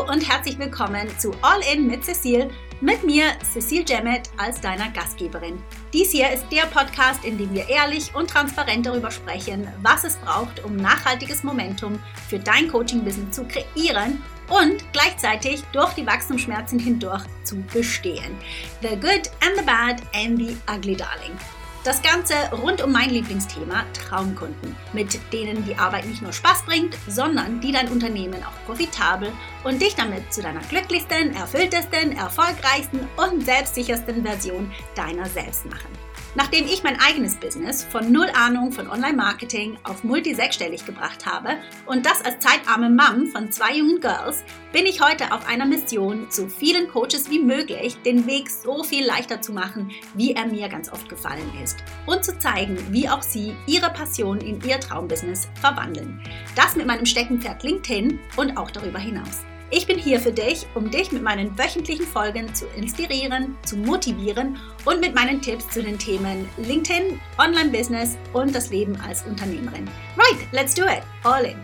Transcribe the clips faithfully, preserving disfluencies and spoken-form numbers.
und herzlich willkommen zu All In mit Cecile, mit mir Cecile Jemmet als deiner Gastgeberin. Dies hier ist der Podcast, in dem wir ehrlich und transparent darüber sprechen, was es braucht, um nachhaltiges Momentum für dein Coaching-Business zu kreieren und gleichzeitig durch die Wachstumsschmerzen hindurch zu bestehen. The good and the bad and the ugly darling. Das Ganze rund um mein Lieblingsthema Traumkunden, mit denen die Arbeit nicht nur Spaß bringt, sondern die dein Unternehmen auch profitabel und dich damit zu deiner glücklichsten, erfülltesten, erfolgreichsten und selbstsichersten Version deiner selbst machen. Nachdem ich mein eigenes Business von null Ahnung von Online-Marketing auf multi-sechsstellig gebracht habe und das als zeitarme Mom von zwei jungen Girls, bin ich heute auf einer Mission, so vielen Coaches wie möglich den Weg so viel leichter zu machen, wie er mir ganz oft gefallen ist. Und zu zeigen, wie auch sie ihre Passion in ihr Traumbusiness verwandeln. Das mit meinem Steckenpferd LinkedIn und auch darüber hinaus. Ich bin hier für dich, um dich mit meinen wöchentlichen Folgen zu inspirieren, zu motivieren und mit meinen Tipps zu den Themen LinkedIn, Online-Business und das Leben als Unternehmerin. Right, let's do it. All in.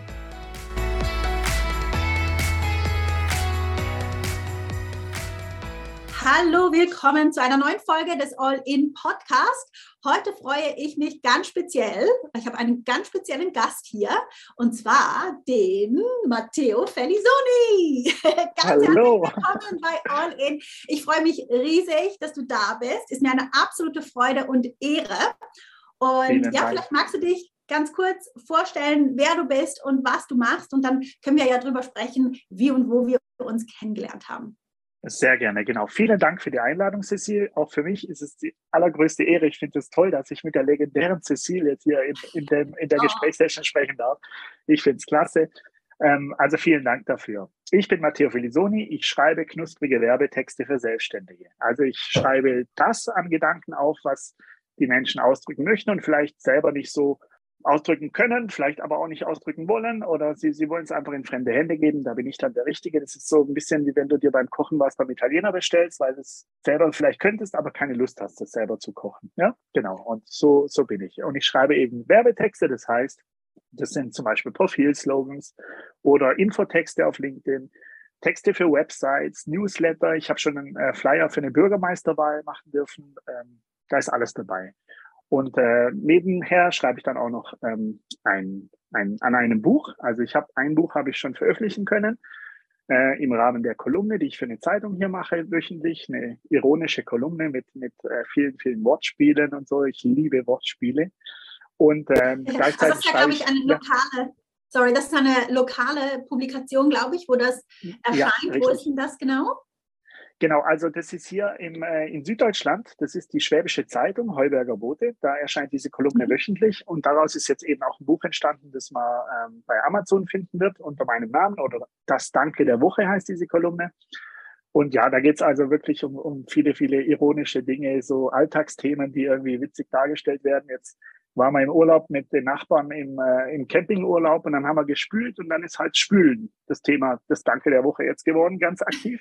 Hallo, willkommen zu einer neuen Folge des All-In-Podcast. Heute freue ich mich ganz speziell, ich habe einen ganz speziellen Gast hier, und zwar den Matteo Fellisoni. Ganz Hallo. herzlich willkommen bei All-In. Ich freue mich riesig, dass du da bist. Ist mir eine absolute Freude und Ehre. Und Vielen ja, Dank. vielleicht magst du dich ganz kurz vorstellen, wer du bist und was du machst. Und dann können wir ja drüber sprechen, wie und wo wir uns kennengelernt haben. Sehr gerne, genau. Vielen Dank für die Einladung, Cecile. Auch für mich ist es die allergrößte Ehre. Ich finde es toll, dass ich mit der legendären Cecile jetzt hier in, in, dem, in der Oh. Gesprächssession sprechen darf. Ich finde es klasse. Ähm, also vielen Dank dafür. Ich bin Matteo Fellisoni. Ich schreibe knusprige Werbetexte für Selbstständige. Also ich schreibe das an Gedanken auf, was die Menschen ausdrücken möchten und vielleicht selber nicht so ausdrücken können, vielleicht aber auch nicht ausdrücken wollen, oder sie, sie wollen es einfach in fremde Hände geben, da bin ich dann der Richtige. Das ist so ein bisschen wie wenn du dir beim Kochen was beim Italiener bestellst, weil du es selber vielleicht könntest, aber keine Lust hast, das selber zu kochen. Ja, genau. Und so, so bin ich. Und ich schreibe eben Werbetexte, das heißt, das sind zum Beispiel Profilslogans oder Infotexte auf LinkedIn, Texte für Websites, Newsletter. Ich habe schon einen äh, Flyer für eine Bürgermeisterwahl machen dürfen. Ähm, da ist alles dabei. Und äh, nebenher schreibe ich dann auch noch ähm, ein, ein, an einem Buch. Also ich habe ein Buch habe ich schon veröffentlichen können äh, im Rahmen der Kolumne, die ich für eine Zeitung hier mache wöchentlich. Eine ironische Kolumne mit, mit äh, vielen, vielen Wortspielen und so. Ich liebe Wortspiele. Und ähm, Also gleichzeitig das ist ja, glaube ich, eine ja, lokale, sorry, das ist eine lokale Publikation, glaube ich, wo das erscheint. ja, Wo ist denn das genau? Genau, also das ist hier im, äh, in Süddeutschland, das ist die Schwäbische Zeitung, Heuberger Bote, da erscheint diese Kolumne Mhm. wöchentlich und daraus ist jetzt eben auch ein Buch entstanden, das man ähm, bei Amazon finden wird unter meinem Namen, oder Das Danke der Woche heißt diese Kolumne. Und ja, da geht es also wirklich um, um viele, viele ironische Dinge, so Alltagsthemen, die irgendwie witzig dargestellt werden. Jetzt waren wir im Urlaub mit den Nachbarn im, äh, im Campingurlaub und dann haben wir gespült und dann ist halt Spülen das Thema Das Danke der Woche jetzt geworden, ganz aktiv.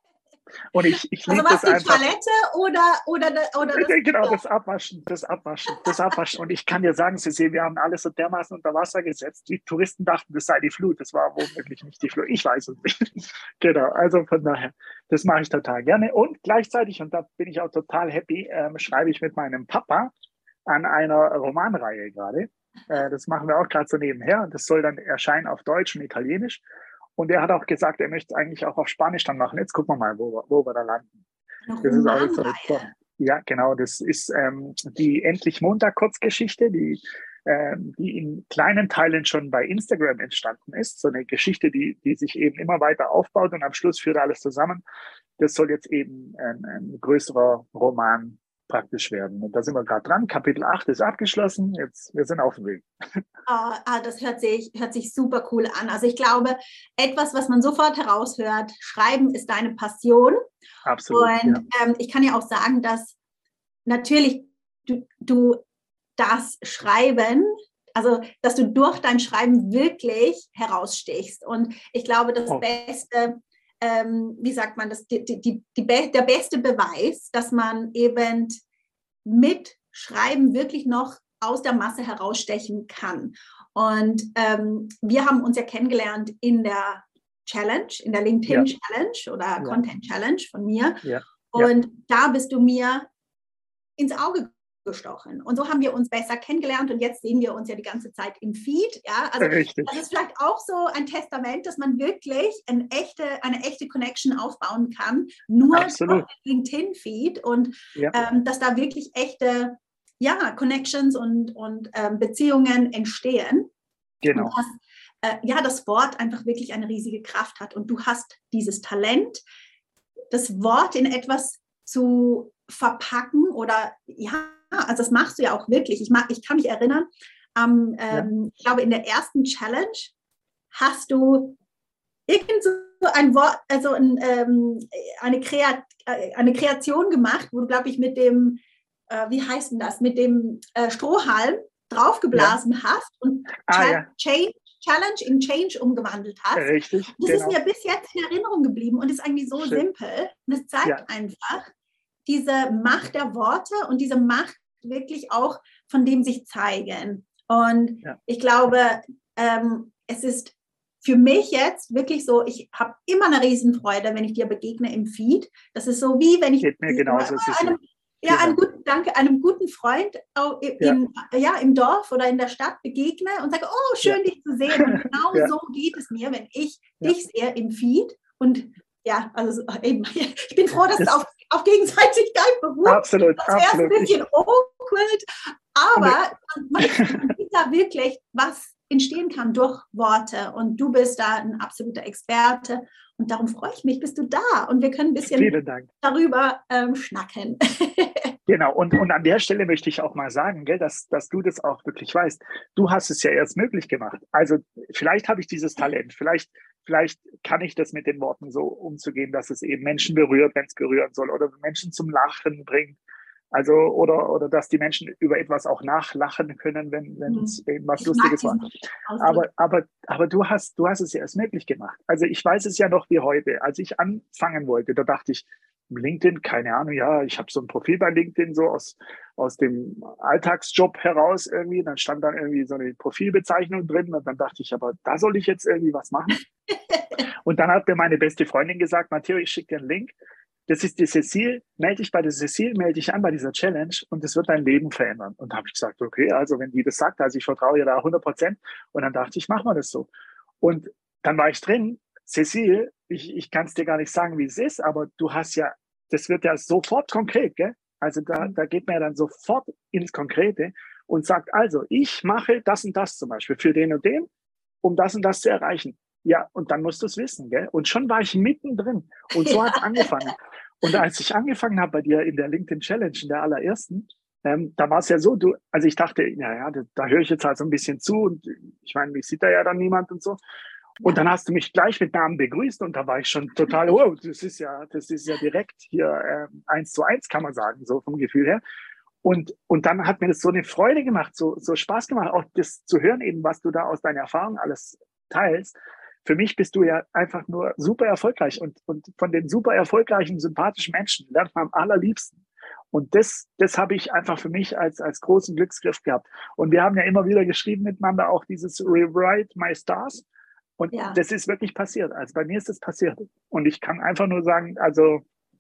Und ich, ich liebe Also was, das die einfach. Toilette oder, oder, oder das? Genau, das Abwaschen, das Abwaschen, das Abwaschen. Und ich kann dir sagen, Cecile, wir haben alles so dermaßen unter Wasser gesetzt. Die Touristen dachten, das sei die Flut. Das war womöglich nicht die Flut. Ich weiß es nicht. Genau, also von daher, das mache ich total gerne. Und gleichzeitig, und da bin ich auch total happy, ähm, schreibe ich mit meinem Papa an einer Romanreihe gerade. Äh, das machen wir auch gerade so nebenher. Und das soll dann erscheinen auf Deutsch und Italienisch. Und er hat auch gesagt, er möchte es eigentlich auch auf Spanisch dann machen. Jetzt gucken wir mal, wo wir, wo wir da landen. Eine Das ist alles so, Romanreihe. ja, genau. Das ist ähm, die Endlich Montag Kurzgeschichte, die, ähm, die in kleinen Teilen schon bei Instagram entstanden ist. So eine Geschichte, die, die sich eben immer weiter aufbaut und am Schluss führt alles zusammen. Das soll jetzt eben ein, ein größerer Roman praktisch werden. Und da sind wir gerade dran. Kapitel acht ist abgeschlossen. Jetzt, wir sind auf dem Weg. Ah, ah, das hört sich, hört sich super cool an. Also ich glaube, etwas, was man sofort heraushört, Schreiben ist deine Passion. Absolut. Und ja. ähm, ich kann ja auch sagen, dass natürlich du, du das Schreiben, also dass du durch dein Schreiben wirklich herausstichst. Und ich glaube, das Oh. Beste, ähm, wie sagt man das, die, die, die, die, der beste Beweis, dass man eben mit Schreiben wirklich noch aus der Masse herausstechen kann. Und ähm, wir haben uns ja kennengelernt in der Challenge, in der LinkedIn ja. Challenge oder ja. Content Challenge von mir. Ja. Und ja. da bist du mir ins Auge gestochen. Und so haben wir uns besser kennengelernt und jetzt sehen wir uns ja die ganze Zeit im Feed. Ja? Also Richtig. das ist vielleicht auch so ein Testament, dass man wirklich eine echte, eine echte Connection aufbauen kann, nur Absolut. auf dem LinkedIn-Feed und ja. ähm, dass da wirklich echte ja, Connections und, und ähm, Beziehungen entstehen. Genau. Und dass, äh, ja, das Wort einfach wirklich eine riesige Kraft hat und du hast dieses Talent, das Wort in etwas zu verpacken oder ja, also das machst du ja auch wirklich. Ich, mag, ich kann mich erinnern, ähm, ähm, ja. ich glaube in der ersten Challenge hast du irgend so ein Wort, also ein, ähm, eine, Kreat, äh, eine Kreation gemacht, wo du, glaube ich, mit dem, äh, wie heißt denn das, mit dem äh, Strohhalm draufgeblasen ja. hast und ah, Ch- ja. Change, Challenge in Change umgewandelt hast. Richtig, das genau. ist mir bis jetzt in Erinnerung geblieben und ist eigentlich so Schön. simpel. Und es zeigt ja. einfach diese Macht der Worte und diese Macht wirklich auch von dem sich zeigen. Und ja. ich glaube, ähm, es ist für mich jetzt wirklich so, ich habe immer eine Riesenfreude, wenn ich dir begegne im Feed. Das ist so wie, wenn ich Geht mir genauso, einem, ja, genau. einem guten, danke, einem guten Freund in, ja. ja, im Dorf oder in der Stadt begegne und sage, oh, schön, ja. dich zu sehen. Und genau ja. so geht es mir, wenn ich ja. dich sehe im Feed. Und ja, also eben, ich bin froh, dass das, es auf, auf Gegenseitigkeit beruht. Absolut, das wäre absolut. ein bisschen awkward, aber man, man sieht da wirklich, was entstehen kann durch Worte. Und du bist da ein absoluter Experte. Und darum freue ich mich, bist du da. Und wir können ein bisschen darüber ähm, schnacken. Genau, und, und an der Stelle möchte ich auch mal sagen, gell, dass, dass du das auch wirklich weißt. Du hast es ja erst möglich gemacht. Also vielleicht habe ich dieses Talent, vielleicht, vielleicht kann ich das mit den Worten so umzugehen, dass es eben Menschen berührt, wenn es berühren soll, oder Menschen zum Lachen bringt. Also, oder, oder dass die Menschen über etwas auch nachlachen können, wenn, wenn mhm. es eben was ich Lustiges war. Aber, aber, aber du hast, du hast es ja erst möglich gemacht. Also ich weiß es ja noch wie heute. Als ich anfangen wollte, da dachte ich, LinkedIn, keine Ahnung, ja, ich habe so ein Profil bei LinkedIn so aus, aus dem Alltagsjob heraus irgendwie, dann stand dann irgendwie so eine Profilbezeichnung drin und dann dachte ich, aber da soll ich jetzt irgendwie was machen. Und dann hat mir meine beste Freundin gesagt, Matteo, ich schicke dir einen Link, das ist die Cecile, melde dich bei der Cecile, melde dich an bei dieser Challenge und das wird dein Leben verändern. Und da habe ich gesagt, okay, also wenn die das sagt, also ich vertraue ihr da hundert Prozent und dann dachte ich, machen wir das so. Und dann war ich drin, Cecile, ich, ich kann es dir gar nicht sagen, wie es ist, aber du hast ja, das wird ja sofort konkret, gell? Also da, da geht man ja dann sofort ins Konkrete und sagt, also ich mache das und das zum Beispiel für den und den, um das und das zu erreichen. Ja, und dann musst du es wissen, gell? Und schon war ich mittendrin und so hat es angefangen. Und als ich angefangen habe bei dir in der LinkedIn Challenge, in der allerersten, ähm, da war es ja so, du, also ich dachte, naja, da, da höre ich jetzt halt so ein bisschen zu und ich meine, mich sieht da ja dann niemand und so. Und dann hast du mich gleich mit Namen begrüßt und da war ich schon total, wow, das ist ja, das ist ja direkt hier äh, eins zu eins, kann man sagen, so vom Gefühl her. Und, und dann hat mir das so eine Freude gemacht, so, so Spaß gemacht, auch das zu hören eben, was du da aus deiner Erfahrung alles teilst. Für mich bist du ja einfach nur super erfolgreich und, und von den super erfolgreichen, sympathischen Menschen lernt man am allerliebsten. Und das, das habe ich einfach für mich als, als großen Glücksgriff gehabt. Und wir haben ja immer wieder geschrieben miteinander auch dieses Rewrite My Stars. Und ja. das ist wirklich passiert. Also bei mir ist das passiert. Und ich kann einfach nur sagen, also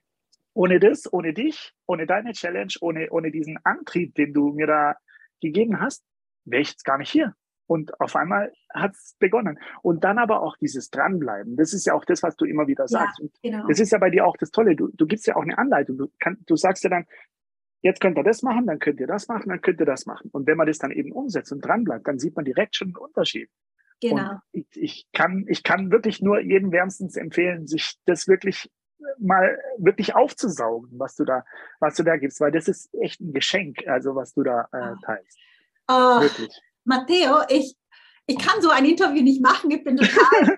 ohne das, ohne dich, ohne deine Challenge, ohne, ohne diesen Antrieb, den du mir da gegeben hast, wäre ich jetzt gar nicht hier. Und auf einmal hat es begonnen. Und dann aber auch dieses Dranbleiben. Das ist ja auch das, was du immer wieder sagst. Ja, genau. Das ist ja bei dir auch das Tolle. Du, du gibst ja auch eine Anleitung. Du, kann, du sagst ja dann, jetzt könnt ihr das machen, dann könnt ihr das machen, dann könnt ihr das machen. Und wenn man das dann eben umsetzt und dranbleibt, dann sieht man direkt schon einen Unterschied. Genau. Und ich, ich, kann, ich kann wirklich nur jedem wärmstens empfehlen, sich das wirklich mal wirklich aufzusaugen, was du da, was du da gibst, weil das ist echt ein Geschenk, also was du da äh, teilst. Oh, wirklich. Matteo, ich, ich kann so ein Interview nicht machen, ich bin total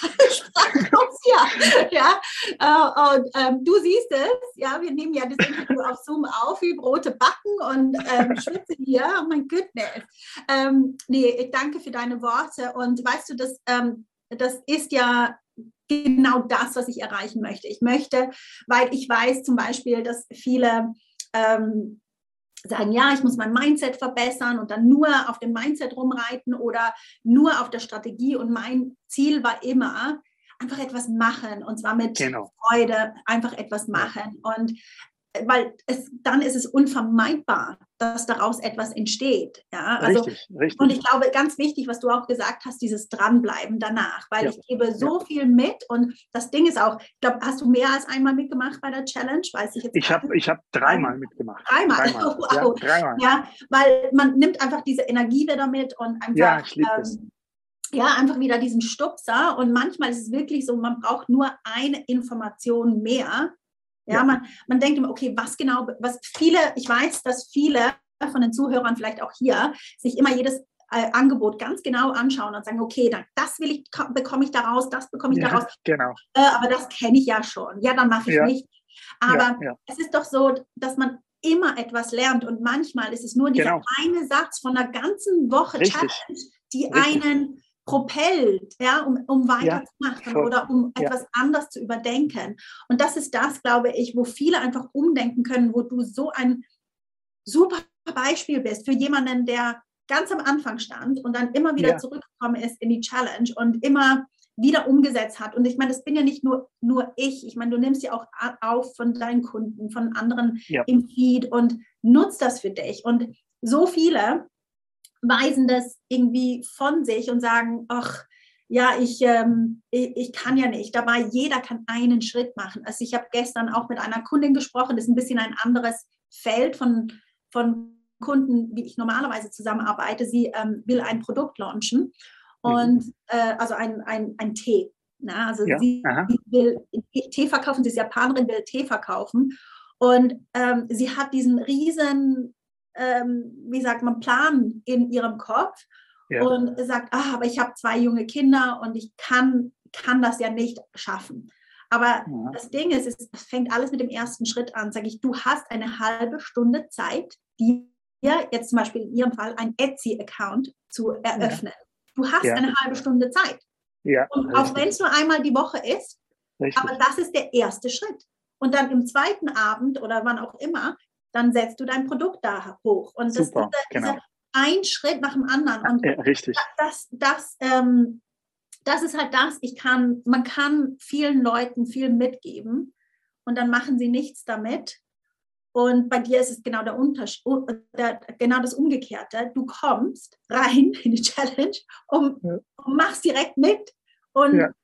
sprachlos hier. Ja? Uh, und ähm, du siehst es, ja, wir nehmen ja das Interview auf Zoom auf, wie rote Backen und ähm, schwitze hier, oh mein Goodness. Ähm, nee, ich danke für deine Worte und weißt du, das, ähm, das ist ja genau das, was ich erreichen möchte. Ich möchte, weil ich weiß zum Beispiel, dass viele ähm, sagen, ja, ich muss mein Mindset verbessern und dann nur auf dem Mindset rumreiten oder nur auf der Strategie. Und mein Ziel war immer, einfach etwas machen und zwar mit Genau. Freude einfach etwas machen und weil es, dann ist es unvermeidbar, dass daraus etwas entsteht. Ja? Also, Richtig, richtig. und ich glaube, ganz wichtig, was du auch gesagt hast, dieses Dranbleiben danach, weil Ja. ich gebe so ja. viel mit und das Ding ist auch, ich glaube, hast du mehr als einmal mitgemacht bei der Challenge? Weiß ich jetzt Ich habe ich hab dreimal mitgemacht. Dreimal? Dreimal. Wow. Ja, dreimal. Ja, weil man nimmt einfach diese Energie wieder mit und einfach, Ja, ich liebe das. ähm, ja, einfach wieder diesen Stupser und manchmal ist es wirklich so, man braucht nur eine Information mehr. Ja, ja. Man, man denkt immer, okay, was genau, was viele, ich weiß, dass viele von den Zuhörern vielleicht auch hier sich immer jedes äh, Angebot ganz genau anschauen und sagen, okay, dann, das will ich, bekomme ich daraus, das bekomme ich ja, daraus. Genau. Äh, aber das kenne ich ja schon. Ja, dann mache ich ja. nicht. Aber ja, ja. es ist doch so, dass man immer etwas lernt und manchmal ist es nur dieser genau. eine Satz von einer ganzen Woche Richtig. Challenge, die Richtig. einen propellt, ja, um, um weiterzumachen ja, oder um ja. etwas anders zu überdenken. Und das ist das, glaube ich, wo viele einfach umdenken können, wo du so ein super Beispiel bist für jemanden, der ganz am Anfang stand und dann immer wieder ja. zurückgekommen ist in die Challenge und immer wieder umgesetzt hat. Und ich meine, das bin ja nicht nur, nur ich. Ich meine, du nimmst ja auch auf von deinen Kunden, von anderen ja. im Feed und nutzt das für dich. Und so viele weisen das irgendwie von sich und sagen, ach, ja, ich, ähm, ich, ich kann ja nicht. Dabei, jeder kann einen Schritt machen. Also ich habe gestern auch mit einer Kundin gesprochen, das ist ein bisschen ein anderes Feld von, von Kunden, wie ich normalerweise zusammenarbeite. Sie ähm, will ein Produkt launchen und mhm. äh, also ein, ein, ein Tee. Na, also ja. sie Aha. will Tee verkaufen, sie ist Japanerin, will Tee verkaufen und ähm, sie hat diesen riesen Ähm, wie sagt man, Plan in ihrem Kopf ja. und sagt, ah, aber ich habe zwei junge Kinder und ich kann, kann das ja nicht schaffen. Aber ja. das Ding ist, es fängt alles mit dem ersten Schritt an. Sage ich, du hast eine halbe Stunde Zeit, dir jetzt zum Beispiel in ihrem Fall ein Etsy-Account zu eröffnen. Ja. Du hast ja. eine halbe Stunde Zeit. Ja, und richtig. Auch wenn es nur einmal die Woche ist, richtig. Aber das ist der erste Schritt. Und dann im zweiten Abend oder wann auch immer, dann setzt du dein Produkt da hoch. Und das Super, ist genau. ein Schritt nach dem anderen. Und ja, richtig. Das, das, ähm, das ist halt das, ich kann, man kann vielen Leuten viel mitgeben und dann machen sie nichts damit. Und bei dir ist es genau der Unterschied, der, genau das Umgekehrte. Du kommst rein in die Challenge und, ja. und machst direkt mit. Und ja.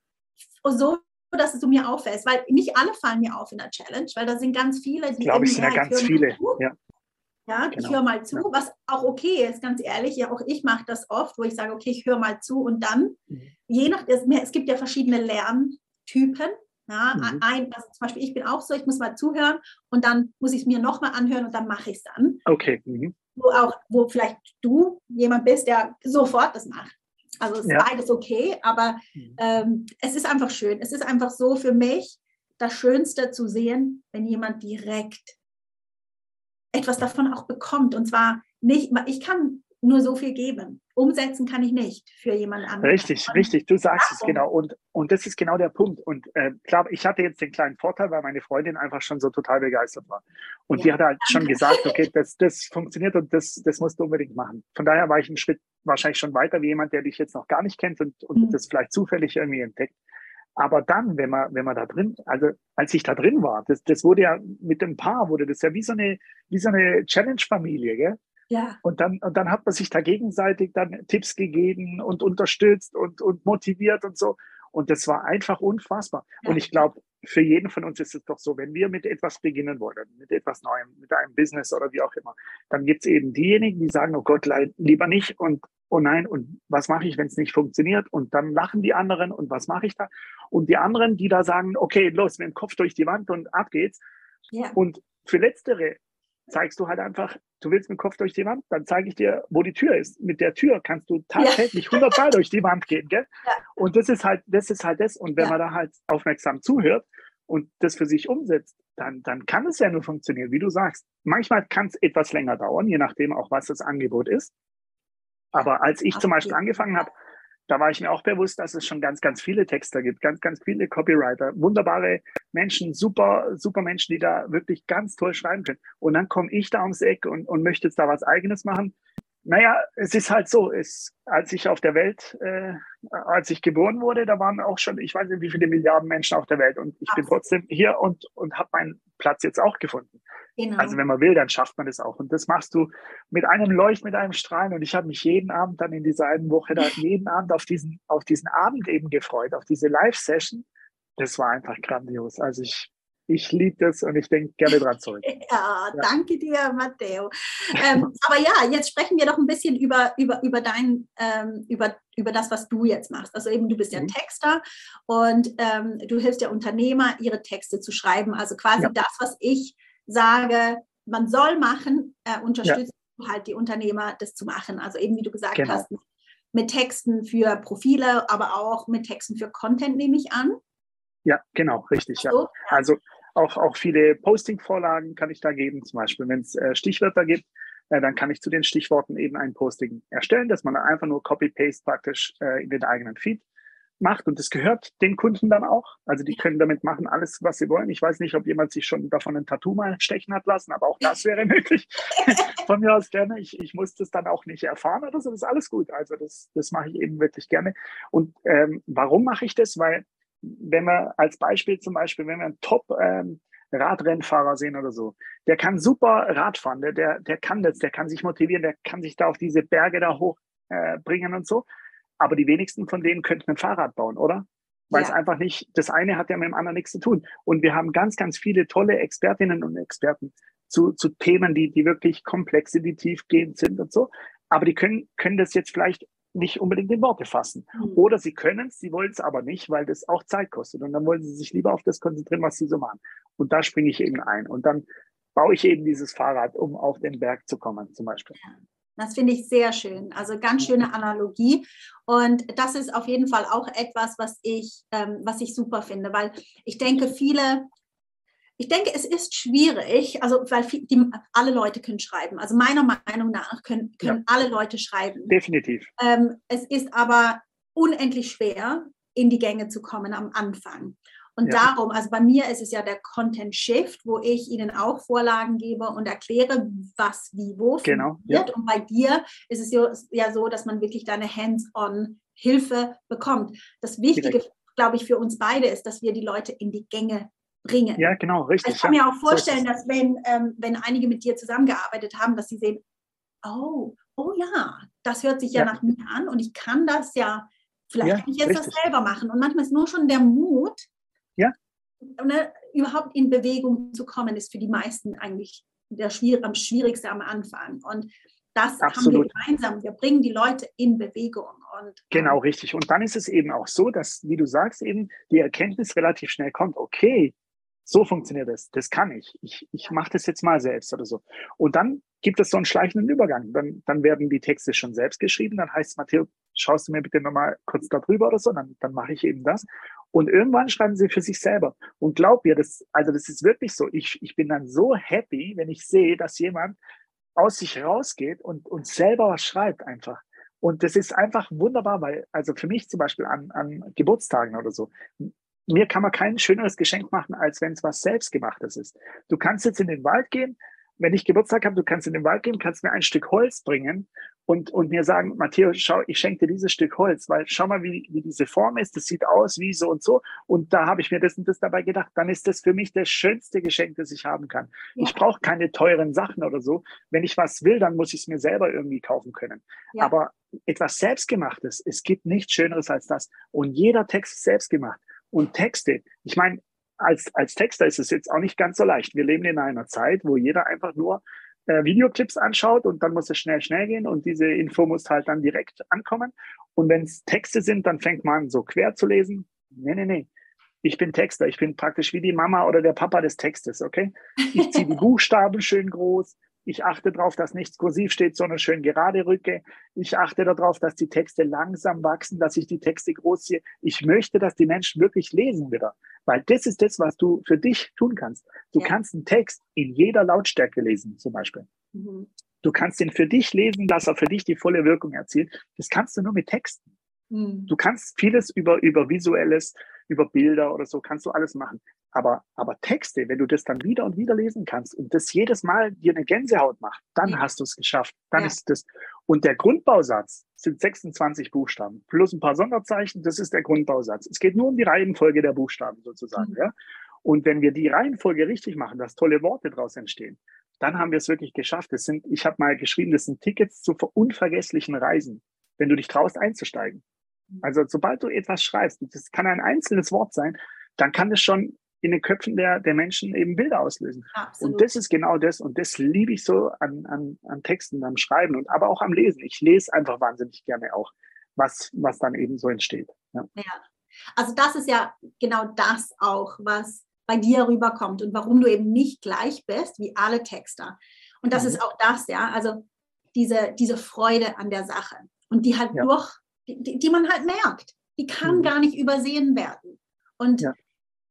so dass es du mir auffällst, weil nicht alle fallen mir auf in der Challenge, weil da sind ganz viele, die ich glaube, es sind ja ganz viele. Ja, ja genau. Ich höre mal zu, ja. was auch okay ist, ganz ehrlich. Ja, auch ich mache das oft, wo ich sage, okay, ich höre mal zu und dann, mhm. je nach, es gibt ja verschiedene Lerntypen. Ja, mhm. ein, also zum Beispiel, ich bin auch so, ich muss mal zuhören und dann muss ich es mir nochmal anhören und dann mache ich es dann. Okay. Mhm. Wo auch, wo vielleicht du jemand bist, der sofort das macht. Also es ist ja. beides okay, aber ähm, es ist einfach schön. Es ist einfach so für mich das Schönste zu sehen, wenn jemand direkt etwas davon auch bekommt. Und zwar nicht, ich kann nur so viel geben. Umsetzen kann ich nicht für jemand anderen. Richtig, und richtig. Du sagst es genau. Und, und das ist genau der Punkt. Und äh, klar, ich hatte jetzt den kleinen Vorteil, weil meine Freundin einfach schon so total begeistert war. Und ja, die hat halt danke. schon gesagt, okay, das, das funktioniert und das, das musst du unbedingt machen. Von daher war ich einen Schritt wahrscheinlich schon weiter wie jemand, der dich jetzt noch gar nicht kennt und, und mhm. das vielleicht zufällig irgendwie entdeckt. Aber dann, wenn man, wenn man da drin, also als ich da drin war, das, das wurde ja mit dem Paar, wurde das ja wie so eine, wie so eine Challenge-Familie, gell? Ja. Und dann, und dann hat man sich da gegenseitig dann Tipps gegeben und unterstützt und, und motiviert und so. Und das war einfach unfassbar. Ja. Und ich glaube, für jeden von uns ist es doch so, wenn wir mit etwas beginnen wollen, mit etwas Neuem, mit einem Business oder wie auch immer, dann gibt es eben diejenigen, die sagen, oh Gott, lieber nicht und oh nein, und was mache ich, wenn es nicht funktioniert? Und dann lachen die anderen und was mache ich da? Und die anderen, die da sagen, okay, los, mit dem Kopf durch die Wand und ab geht's. Ja. Und für Letztere zeigst du halt einfach, du willst mit dem Kopf durch die Wand, dann zeige ich dir, wo die Tür ist. Mit der Tür kannst du tatsächlich hundertmal durch die Wand gehen, gell? Ja. Und das ist halt, das ist halt das. Und wenn ja. man da halt aufmerksam zuhört und das für sich umsetzt, dann, dann kann es ja nur funktionieren, wie du sagst. Manchmal kann es etwas länger dauern, je nachdem auch, was das Angebot ist. Aber als ich zum Beispiel angefangen habe, da war ich mir auch bewusst, dass es schon ganz, ganz viele Texter gibt, ganz, ganz viele Copywriter, wunderbare Menschen, super, super Menschen, die da wirklich ganz toll schreiben können. Und dann komme ich da ums Eck und, und möchte jetzt da was Eigenes machen. Naja, es ist halt so, es, als ich auf der Welt, äh, als ich geboren wurde, da waren auch schon, ich weiß nicht, wie viele Milliarden Menschen auf der Welt und ich bin Absolut. trotzdem hier und, und habe meinen Platz jetzt auch gefunden. Also Genau. wenn man will, dann schafft man das auch. Und das machst du mit einem Leucht, mit einem Strahlen. Und ich habe mich jeden Abend dann in dieser einen Woche da, jeden Abend auf diesen, auf diesen Abend eben gefreut, auf diese Live-Session. Das war einfach grandios. Also ich, ich liebe das und ich denke gerne dran zurück. Ja, Ja. danke dir, Matteo. Ähm, aber ja, jetzt sprechen wir doch ein bisschen über, über, über, dein, ähm, über, über das, was du jetzt machst. Also eben, du bist ja Mhm. Texter und ähm, du hilfst ja Unternehmer, ihre Texte zu schreiben. Also quasi Ja. das, was ich sage, man soll machen, äh, Ja, unterstützt halt die Unternehmer, das zu machen. Also eben, wie du gesagt genau. hast, mit, mit Texten für Profile, aber auch mit Texten für Content, nehme ich an. Ja, genau, richtig. Ja. So, ja. Also auch, auch viele Posting-Vorlagen kann ich da geben. Zum Beispiel, wenn es äh, Stichwörter gibt, äh, dann kann ich zu den Stichworten eben ein Posting erstellen, dass man einfach nur Copy-Paste praktisch äh, in den eigenen Feed macht. Und das gehört den Kunden dann auch. Also die können damit machen alles, was sie wollen. Ich weiß nicht, ob jemand sich schon davon ein Tattoo mal stechen hat lassen, aber auch das wäre möglich. Von mir aus gerne. Ich, ich muss das dann auch nicht erfahren oder so. Das ist alles gut. Also das, das mache ich eben wirklich gerne. Und ähm, warum mache ich das? Weil wenn wir als Beispiel zum Beispiel, wenn wir einen Top ähm, Radrennfahrer sehen oder so, der kann super Rad fahren, der, der, der kann das, der kann sich motivieren, der kann sich da auf diese Berge da hochbringen äh, und so. Aber die wenigsten von denen könnten ein Fahrrad bauen, oder? Weil es Ja. einfach nicht, das eine hat ja mit dem anderen nichts zu tun. Und wir haben ganz, ganz viele tolle Expertinnen und Experten zu, zu Themen, die, die wirklich komplex sind, die tiefgehend sind und so. Aber die können, können das jetzt vielleicht nicht unbedingt in Worte fassen. Hm. Oder sie können es, sie wollen es aber nicht, weil das auch Zeit kostet. Und dann wollen sie sich lieber auf das konzentrieren, was sie so machen. Und da springe ich eben ein. Und dann baue ich eben dieses Fahrrad, um auf den Berg zu kommen, zum Beispiel. Das finde ich sehr schön. Also ganz schöne Analogie. Und das ist auf jeden Fall auch etwas, was ich, ähm, was ich super finde, weil ich denke, viele, ich denke, es ist schwierig, also weil viel, die, alle Leute können schreiben. Also meiner Meinung nach können, können ja. alle Leute schreiben. Definitiv. Ähm, es ist aber unendlich schwer, in die Gänge zu kommen am Anfang. Und ja. darum, also bei mir ist es ja der Content Shift, wo ich Ihnen auch Vorlagen gebe und erkläre, was wie wo genau, funktioniert. Ja. Und bei dir ist es ja so, dass man wirklich deine Hands-on-Hilfe bekommt. Das Wichtige, glaube ich, für uns beide ist, dass wir die Leute in die Gänge bringen. Ja, genau, richtig. Ich kann ja. mir auch vorstellen, so dass wenn, ähm, wenn einige mit dir zusammengearbeitet haben, dass sie sehen, oh, oh ja, das hört sich ja, ja nach mir an und ich kann das ja, vielleicht ja, kann ich jetzt richtig. das selber machen. Und manchmal ist nur schon der Mut, ja. ne, überhaupt in Bewegung zu kommen, ist für die meisten eigentlich der schwierig, am schwierigsten am Anfang. Und das Absolut. haben wir gemeinsam. Wir bringen die Leute in Bewegung. Und, genau, ähm, richtig. Und dann ist es eben auch so, dass, wie du sagst, eben die Erkenntnis relativ schnell kommt. Okay, so funktioniert das. Das kann ich. Ich, ich mache das jetzt mal selbst oder so. Und dann gibt es so einen schleichenden Übergang. Dann, dann werden die Texte schon selbst geschrieben. Dann heißt es, Matteo, schaust du mir bitte nochmal kurz darüber oder so. Dann, dann mache ich eben das. Und irgendwann schreiben sie für sich selber. Und glaub mir, das, also das ist wirklich so. Ich, ich bin dann so happy, wenn ich sehe, dass jemand aus sich rausgeht und, und selber was schreibt einfach. Und das ist einfach wunderbar, weil, also für mich zum Beispiel an, an Geburtstagen oder so, mir kann man kein schöneres Geschenk machen, als wenn es was Selbstgemachtes ist. Du kannst jetzt in den Wald gehen, wenn ich Geburtstag habe, du kannst in den Wald gehen, kannst mir ein Stück Holz bringen und, und mir sagen, Matteo, schau, ich schenke dir dieses Stück Holz, weil schau mal, wie, wie diese Form ist, das sieht aus wie so und so und da habe ich mir das und das dabei gedacht, dann ist das für mich das schönste Geschenk, das ich haben kann. Ja. Ich brauche keine teuren Sachen oder so. Wenn ich was will, dann muss ich es mir selber irgendwie kaufen können. Ja. Aber etwas Selbstgemachtes, es gibt nichts Schöneres als das. Und jeder Text ist selbstgemacht. Und Texte, ich meine, als, als Texter ist es jetzt auch nicht ganz so leicht. Wir leben in einer Zeit, wo jeder einfach nur äh, Videoclips anschaut und dann muss es schnell, schnell gehen und diese Info muss halt dann direkt ankommen. Und wenn es Texte sind, dann fängt man an, so quer zu lesen. Nee, nee, nee. Ich bin Texter. Ich bin praktisch wie die Mama oder der Papa des Textes, okay? Ich ziehe die Buchstaben schön groß. Ich achte darauf, dass nichts kursiv steht, sondern schön gerade rücke. Ich achte darauf, dass die Texte langsam wachsen, dass ich die Texte groß ziehe. Ich möchte, dass die Menschen wirklich lesen wieder. Weil das ist das, was du für dich tun kannst. Du ja. kannst einen Text in jeder Lautstärke lesen, zum Beispiel. Mhm. Du kannst ihn für dich lesen, dass er für dich die volle Wirkung erzielt. Das kannst du nur mit Texten. Mhm. Du kannst vieles über, über Visuelles, über Bilder oder so, kannst du alles machen. Aber, aber Texte, wenn du das dann wieder und wieder lesen kannst und das jedes Mal dir eine Gänsehaut macht, dann ja. hast du es geschafft. Dann ja. ist das. Und der Grundbausatz sind sechsundzwanzig Buchstaben plus ein paar Sonderzeichen. Das ist der Grundbausatz. Es geht nur um die Reihenfolge der Buchstaben sozusagen. Mhm. Ja? Und wenn wir die Reihenfolge richtig machen, dass tolle Worte daraus entstehen, dann haben wir es wirklich geschafft. Das sind, ich habe mal geschrieben, das sind Tickets zu unvergesslichen Reisen, wenn du dich traust einzusteigen. Also sobald du etwas schreibst, das kann ein einzelnes Wort sein, dann kann das schon in den Köpfen der, der Menschen eben Bilder auslösen. Absolut. Und das ist genau das. Und das liebe ich so an, an, an Texten, am Schreiben und aber auch am Lesen. Ich lese einfach wahnsinnig gerne auch, was, was dann eben so entsteht. Ja. Ja. Also das ist ja genau das auch, was bei dir rüberkommt und warum du eben nicht gleich bist wie alle Texter. Und das mhm. ist auch das, ja, also diese, diese Freude an der Sache. Und die halt ja. durch, die, die man halt merkt, die kann mhm. gar nicht übersehen werden. Und ja.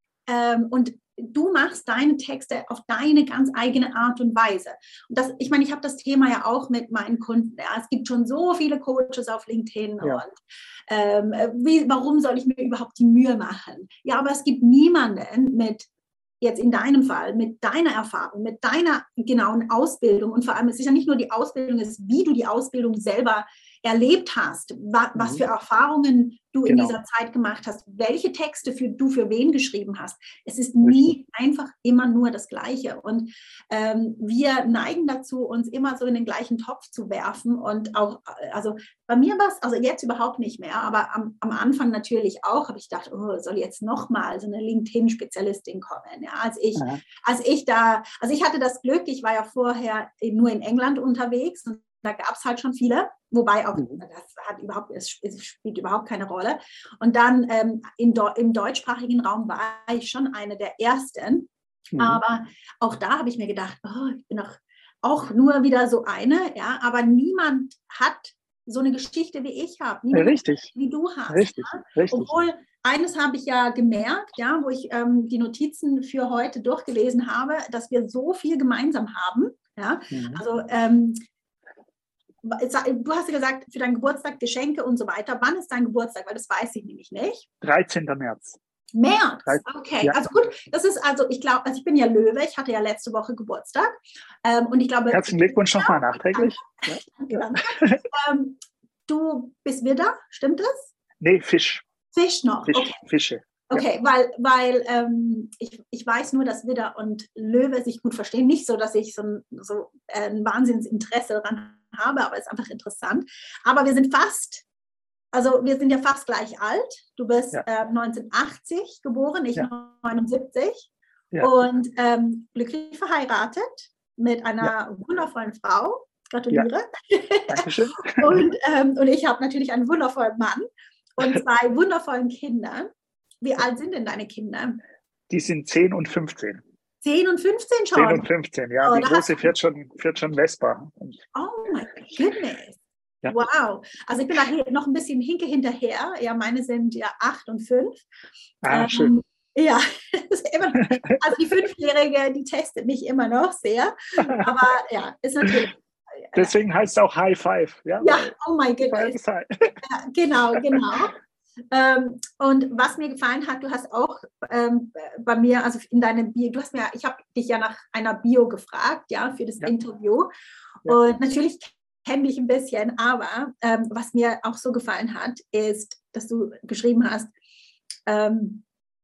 Ähm, und du machst deine Texte auf deine ganz eigene Art und Weise. Und das, ich meine, ich habe das Thema ja auch mit meinen Kunden. Ja, es gibt schon so viele Coaches auf LinkedIn. Ja. Und ähm, wie, warum soll ich mir überhaupt die Mühe machen? Ja, aber es gibt niemanden mit, jetzt in deinem Fall, mit deiner Erfahrung, mit deiner genauen Ausbildung. Und vor allem, es ist ja nicht nur die Ausbildung, es ist, wie du die Ausbildung selber erlebt hast, wa, was für Erfahrungen du genau. in dieser Zeit gemacht hast, welche Texte für, du für wen geschrieben hast. Es ist nie Richtig. Einfach immer nur das Gleiche. Und ähm, wir neigen dazu, uns immer so in den gleichen Topf zu werfen. Und auch, also bei mir war es, also jetzt überhaupt nicht mehr, aber am, am Anfang natürlich auch, habe ich gedacht, oh, soll jetzt nochmal so eine LinkedIn-Spezialistin kommen. Ja, als ich, ja. als ich da, also ich hatte das Glück, ich war ja vorher nur in England unterwegs und da gab es halt schon viele, wobei auch, mhm. das hat überhaupt, es spielt überhaupt keine Rolle. Und dann ähm, in, im deutschsprachigen Raum war ich schon eine der ersten. Mhm. Aber auch da habe ich mir gedacht, oh, ich bin auch, auch nur wieder so eine, ja, aber niemand hat so eine Geschichte wie ich habe, niemand Richtig. Hat, wie du hast. Richtig. Ja? Richtig. Obwohl, eines habe ich ja gemerkt, ja, wo ich ähm, die Notizen für heute durchgelesen habe, dass wir so viel gemeinsam haben. Ja? Mhm. Also ähm, du hast ja gesagt, für deinen Geburtstag Geschenke und so weiter. Wann ist dein Geburtstag? Weil das weiß ich nämlich nicht. dreizehnten März. März, okay. Ja. Also gut, das ist also, ich glaube, also ich bin ja Löwe, ich hatte ja letzte Woche Geburtstag. Ähm, und ich glaube. Herzlichen Glückwunsch ja, nochmal nachträglich. Danke, ja. danke. ähm, du bist Widder, stimmt das? Nee, Fisch. Fisch noch, Fisch, okay. Fische. Okay, ja. weil, weil ähm, ich, ich weiß nur, dass Widder und Löwe sich gut verstehen. Nicht so, dass ich so ein, so ein Wahnsinnsinteresse daran habe, aber es ist einfach interessant. Aber wir sind fast, also wir sind ja fast gleich alt. Du bist ja. äh, neunzehnhundertachtzig geboren, ich ja. neunundsiebzig. Ja. Und ähm, glücklich verheiratet mit einer ja. wundervollen Frau. Gratuliere. Ja. Dankeschön. und, ähm, und ich habe natürlich einen wundervollen Mann und zwei wundervollen Kinder. Wie alt sind denn deine Kinder? Die sind zehn und fünfzehn. zehn und fünfzehn schon? zehn und fünfzehn, ja. Oh, die große fährt schon, fährt schon Vespa. Oh my goodness. Ja. Wow. Also ich bin da noch ein bisschen hinke hinterher. Ja, meine sind ja acht und fünf. Ah, ähm, schön. Ja, immer, also die Fünfjährige, die testet mich immer noch sehr. Aber ja, ist natürlich. Deswegen heißt es auch High Five. Ja, ja, oh my goodness. Ja, genau, genau. Ähm, und was mir gefallen hat, du hast auch ähm, bei mir, also in deinem Bio, du hast mir, ich habe dich ja nach einer Bio gefragt, ja, für das ja. Interview. Ja. Und natürlich kenne ich ein bisschen, aber ähm, was mir auch so gefallen hat, ist, dass du geschrieben hast, ähm,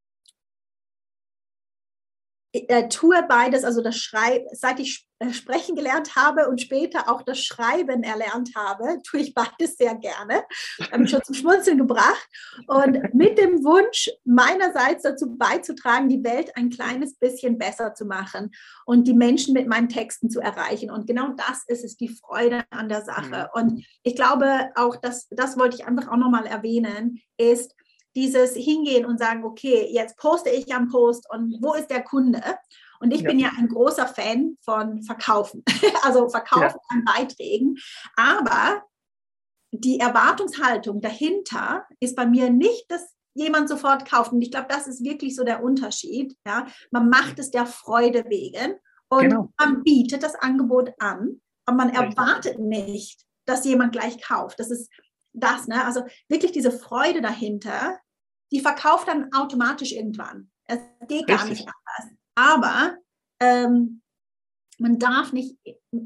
äh, tue beides, also das Schreiben, seit ich äh, sprechen gelernt habe und später auch das Schreiben erlernt habe, tue ich beides sehr gerne. Habe mich schon zum Schmunzeln gebracht. Und mit dem Wunsch meinerseits dazu beizutragen, die Welt ein kleines bisschen besser zu machen und die Menschen mit meinen Texten zu erreichen. Und genau das ist es, die Freude an der Sache. Mhm. Und ich glaube auch, dass, das wollte ich einfach auch nochmal erwähnen, ist, dieses Hingehen und sagen, okay, jetzt poste ich am Post und wo ist der Kunde? Und ich ja. bin ja ein großer Fan von Verkaufen, also Verkaufen ja. an Beiträgen. Aber die Erwartungshaltung dahinter ist bei mir nicht, dass jemand sofort kauft. Und ich glaube, das ist wirklich so der Unterschied. Ja? Man macht es der Freude wegen und genau. man bietet das Angebot an, aber man erwartet nicht, dass jemand gleich kauft. Das ist das, ne? Also wirklich diese Freude dahinter, die verkauft dann automatisch irgendwann. Es geht gar Richtig. Nicht anders. Aber ähm, man darf nicht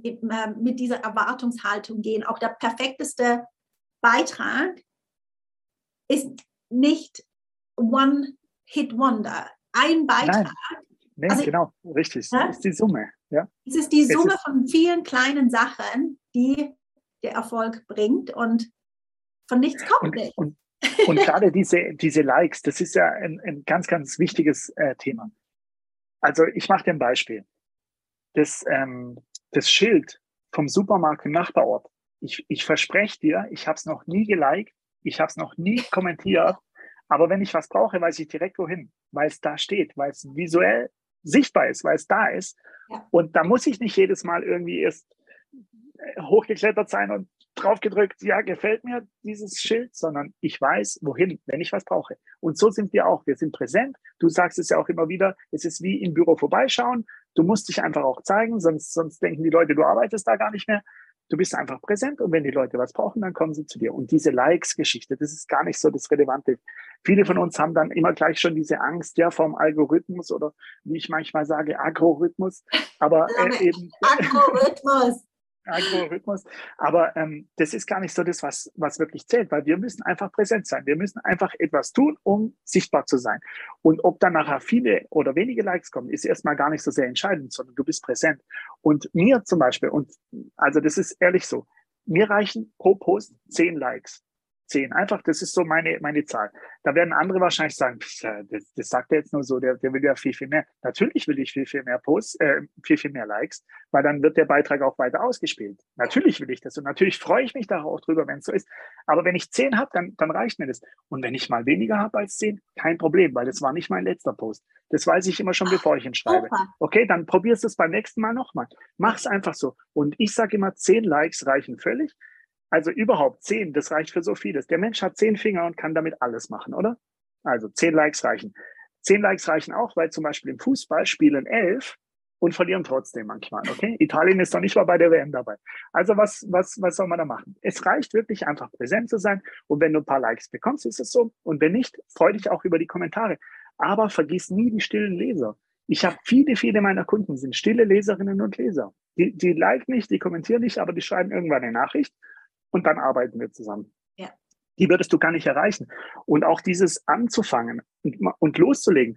mit dieser Erwartungshaltung gehen. Auch der perfekteste Beitrag ist nicht One-Hit-Wonder. Ein Beitrag. Nein. Nee, also, genau, richtig. Ja? Das ist die Summe. Ja? Es ist die Summe ist, von vielen kleinen Sachen, die der Erfolg bringt und von nichts kommt und, nicht. Und, und gerade diese, diese Likes, das ist ja ein, ein ganz, ganz wichtiges äh, Thema. Also ich mache dir ein Beispiel. Das, ähm, das Schild vom Supermarkt im Nachbarort. Ich, ich verspreche dir, ich habe es noch nie geliked, ich habe es noch nie kommentiert, aber wenn ich was brauche, weiß ich direkt wohin, weil es da steht, weil es visuell sichtbar ist, weil es da ist. Ja. Und da muss ich nicht jedes Mal irgendwie erst hochgeklettert sein und draufgedrückt, ja, gefällt mir dieses Schild, sondern ich weiß, wohin, wenn ich was brauche. Und so sind wir auch. Wir sind präsent. Du sagst es ja auch immer wieder, es ist wie im Büro vorbeischauen. Du musst dich einfach auch zeigen, sonst, sonst denken die Leute, du arbeitest da gar nicht mehr. Du bist einfach präsent und wenn die Leute was brauchen, dann kommen sie zu dir. Und diese Likes-Geschichte, das ist gar nicht so das Relevante. Viele von uns haben dann immer gleich schon diese Angst ja vom Algorithmus oder wie ich manchmal sage, Agrorhythmus. Aber äh, eben Agrorhythmus. Algorithmus. Aber ähm, das ist gar nicht so das, was, was wirklich zählt, weil wir müssen einfach präsent sein. Wir müssen einfach etwas tun, um sichtbar zu sein. Und ob dann nachher viele oder wenige Likes kommen, ist erstmal gar nicht so sehr entscheidend, sondern du bist präsent. Und mir zum Beispiel, und also das ist ehrlich so, mir reichen pro Post zehn Likes. Zehn. Einfach, das ist so meine, meine Zahl. Da werden andere wahrscheinlich sagen, das, das sagt er jetzt nur so, der, der will ja viel, viel mehr. Natürlich will ich viel, viel mehr Posts, äh, viel, viel mehr Likes, weil dann wird der Beitrag auch weiter ausgespielt. Natürlich will ich das und natürlich freue ich mich da auch drüber, wenn es so ist. Aber wenn ich zehn habe, dann, dann reicht mir das. Und wenn ich mal weniger habe als zehn, kein Problem, weil das war nicht mein letzter Post. Das weiß ich immer schon, bevor ich ihn schreibe. Okay, dann probierst du es beim nächsten Mal nochmal. Mach's einfach so. Und ich sage immer, zehn Likes reichen völlig. Also überhaupt zehn, das reicht für so vieles. Der Mensch hat zehn Finger und kann damit alles machen, oder? Also zehn Likes reichen. Zehn Likes reichen auch, weil zum Beispiel im Fußball spielen elf und verlieren trotzdem manchmal, okay? Italien ist doch nicht mal bei der W M dabei. Also was, was, was soll man da machen? Es reicht wirklich einfach präsent zu sein und wenn du ein paar Likes bekommst, ist es so. Und wenn nicht, freu dich auch über die Kommentare. Aber vergiss nie die stillen Leser. Ich habe viele, viele meiner Kunden sind stille Leserinnen und Leser. Die, die liken nicht, die kommentieren nicht, aber die schreiben irgendwann eine Nachricht. Und dann arbeiten wir zusammen. Ja. Die würdest du gar nicht erreichen. Und auch dieses anzufangen und, und loszulegen,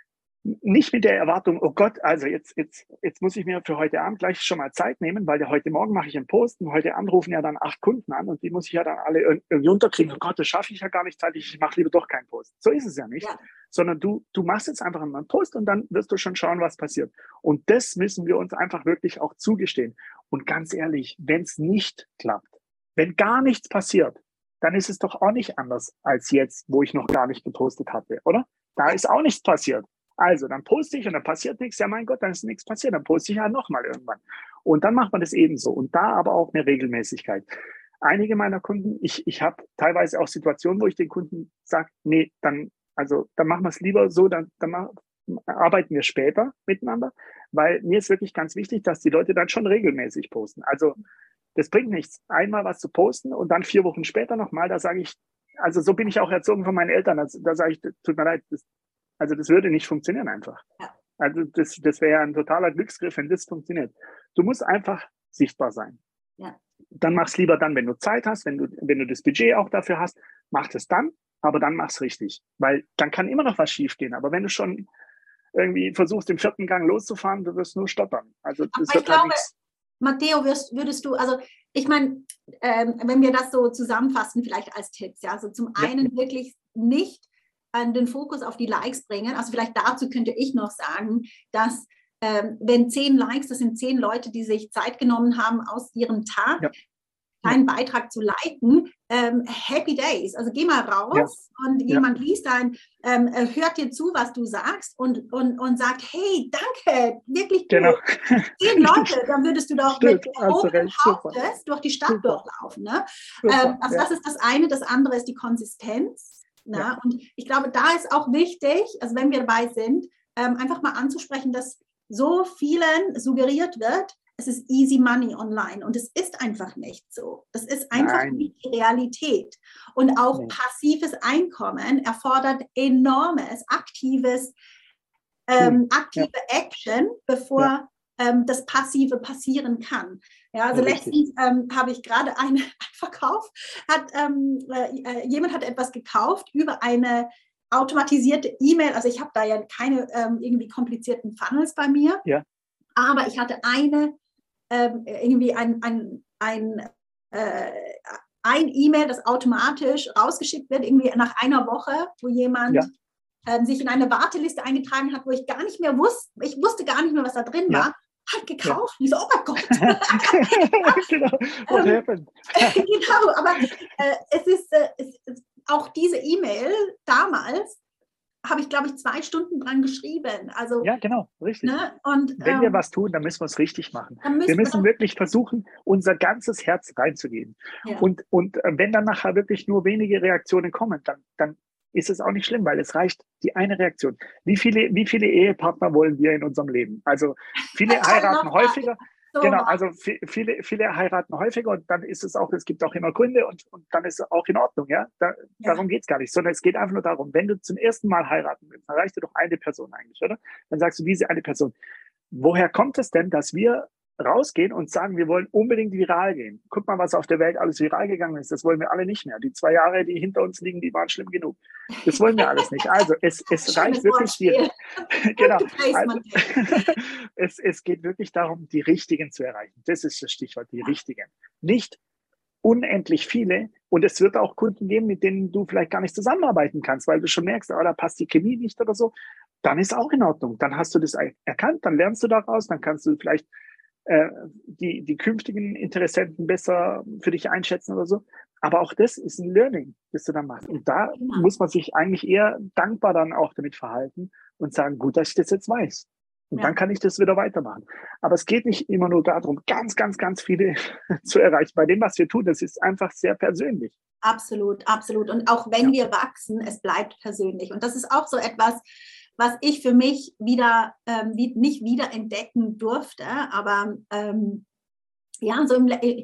nicht mit der Erwartung, oh Gott, also jetzt, jetzt, jetzt muss ich mir für heute Abend gleich schon mal Zeit nehmen, weil der heute Morgen mache ich einen Post und heute Abend rufen ja dann acht Kunden an und die muss ich ja dann alle irgendwie unterkriegen. Oh Gott, das schaffe ich ja gar nicht zeitig, ich mache lieber doch keinen Post. So ist es ja nicht. Ja. Sondern du, du machst jetzt einfach einen Post und dann wirst du schon schauen, was passiert. Und das müssen wir uns einfach wirklich auch zugestehen. Und ganz ehrlich, wenn es nicht klappt, wenn gar nichts passiert, dann ist es doch auch nicht anders als jetzt, wo ich noch gar nicht gepostet hatte, oder? Da ist auch nichts passiert. Also, dann poste ich und dann passiert nichts. Ja, mein Gott, dann ist nichts passiert. Dann poste ich halt nochmal irgendwann. Und dann macht man das ebenso. Und da aber auch eine Regelmäßigkeit. Einige meiner Kunden, ich, ich habe teilweise auch Situationen, wo ich den Kunden sage, nee, dann, also, dann machen wir es lieber so, dann, dann machen, arbeiten wir später miteinander, weil mir ist wirklich ganz wichtig, dass die Leute dann schon regelmäßig posten. Also, das bringt nichts, einmal was zu posten und dann vier Wochen später nochmal, da sage ich, also so bin ich auch erzogen von meinen Eltern, also, da sage ich, tut mir leid, das, also das würde nicht funktionieren einfach. Ja. Also das, das wäre ein totaler Glücksgriff, wenn das funktioniert. Du musst einfach sichtbar sein. Ja. Dann mach's lieber dann, wenn du Zeit hast, wenn du, wenn du das Budget auch dafür hast, mach das dann, aber dann mach's richtig, weil dann kann immer noch was schiefgehen, aber wenn du schon irgendwie versuchst, im vierten Gang loszufahren, du wirst nur stottern. Also das aber wird ich glaube, halt nichts. Matteo, würdest, würdest du, also ich meine, ähm, wenn wir das so zusammenfassen, vielleicht als Tipps, ja, also zum einen ja. wirklich nicht an den Fokus auf die Likes bringen, also vielleicht dazu könnte ich noch sagen, dass ähm, wenn zehn Likes, das sind zehn Leute, die sich Zeit genommen haben aus ihrem Tag, ja. deinen Beitrag zu liken, ähm, happy days, also geh mal raus ja. und jemand ja. liest ein, ähm, hört dir zu, was du sagst und, und, und sagt, hey, danke, wirklich gut. Genau. Zehn Leute, dann würdest du doch Stimmt, mit open Hauptes durch die Stadt super. durchlaufen. Ne? Ähm, also ja. das ist das eine, das andere ist die Konsistenz. Ne? Ja. Und ich glaube, da ist auch wichtig, also wenn wir dabei sind, ähm, einfach mal anzusprechen, dass so vielen suggeriert wird, es ist easy money online und es ist einfach nicht so. Das ist einfach Nein. nicht die Realität. Und auch Nein. passives Einkommen erfordert enormes, aktives, ähm, aktive ja. Action, bevor ja. ähm, das Passive passieren kann. Ja, also Ja, letztens ähm, habe ich gerade einen Verkauf, hat, ähm, äh, jemand hat etwas gekauft über eine automatisierte E-Mail. Also ich habe da ja keine ähm, irgendwie komplizierten Funnels bei mir, ja. aber ich hatte eine, ähm, irgendwie ein, ein, ein, äh, ein E-Mail, das automatisch rausgeschickt wird, irgendwie nach einer Woche, wo jemand Ja. ähm, sich in eine Warteliste eingetragen hat, wo ich gar nicht mehr wusste, ich wusste gar nicht mehr, was da drin Ja. war, hat gekauft. Ja. Ich so, oh mein Gott. Genau, what ähm, happened? genau, aber äh, es ist, äh, es ist auch diese E-Mail damals, habe ich, glaube ich, zwei Stunden dran geschrieben. Also, Ja, genau, richtig. ne? Und Wenn wir ähm, was tun, dann müssen wir es richtig machen. dann Wir müssen wir müssen das, wirklich versuchen, unser ganzes Herz reinzugeben. ja. Und, und äh, wenn dann nachher wirklich nur wenige Reaktionen kommen, dann, dann ist es auch nicht schlimm, weil es reicht die eine Reaktion. Wie viele, wie viele Ehepartner wollen wir in unserem Leben? Also viele heiraten häufiger. So Genau, war. also viele, viele heiraten häufiger und dann ist es auch, es gibt auch immer Gründe und, und dann ist es auch in Ordnung, ja. Da, Ja. Darum geht es gar nicht, sondern es geht einfach nur darum, wenn du zum ersten Mal heiraten willst, dann reicht dir doch eine Person eigentlich, oder? Dann sagst du, diese eine Person. Woher kommt es denn, dass wir rausgehen und sagen, wir wollen unbedingt viral gehen? Guck mal, was auf der Welt alles viral gegangen ist. Das wollen wir alle nicht mehr. Die zwei Jahre, die hinter uns liegen, die waren schlimm genug. Das wollen wir alles nicht. Also es, es reicht wirklich dir. Genau. Also, es, es geht wirklich darum, die Richtigen zu erreichen. Das ist das Stichwort, die Richtigen. Nicht unendlich viele. Und es wird auch Kunden geben, mit denen du vielleicht gar nicht zusammenarbeiten kannst, weil du schon merkst, oh, da passt die Chemie nicht oder so. Dann ist auch in Ordnung. Dann hast du das erkannt, dann lernst du daraus, dann kannst du vielleicht äh, die, die künftigen Interessenten besser für dich einschätzen oder so. Aber auch das ist ein Learning, das du dann machst. Und da Genau. muss man sich eigentlich eher dankbar dann auch damit verhalten und sagen, gut, dass ich das jetzt weiß. Und ja. Dann kann ich das wieder weitermachen. Aber es geht nicht immer nur darum, ganz, ganz, ganz viele zu erreichen. Bei dem, was wir tun, das ist einfach sehr persönlich. Absolut, absolut. Und auch wenn ja. wir wachsen, es bleibt persönlich. Und das ist auch so etwas, was ich für mich wieder, ähm, wie, nicht wieder entdecken durfte. Aber ähm, ja, so im,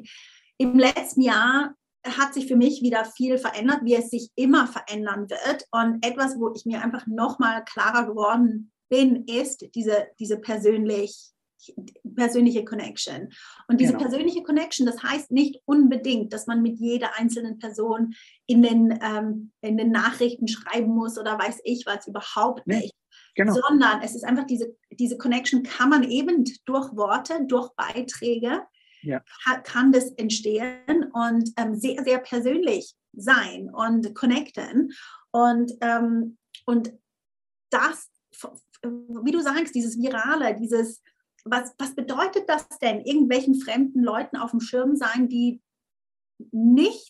im letzten Jahr hat sich für mich wieder viel verändert, wie es sich immer verändern wird. Und etwas, wo ich mir einfach nochmal klarer geworden bin, ist diese, diese persönlich, persönliche Connection. Und diese genau. persönliche Connection, das heißt nicht unbedingt, dass man mit jeder einzelnen Person in den, ähm, in den Nachrichten schreiben muss oder weiß ich was, überhaupt nicht. Nee, genau. Sondern es ist einfach diese, diese Connection kann man eben durch Worte, durch Beiträge, ja. kann, kann das entstehen und ähm, sehr, sehr persönlich sein und connecten. Und, ähm, und das, wie du sagst, dieses Virale, dieses, was, was bedeutet das denn, irgendwelchen fremden Leuten auf dem Schirm sein, die nichts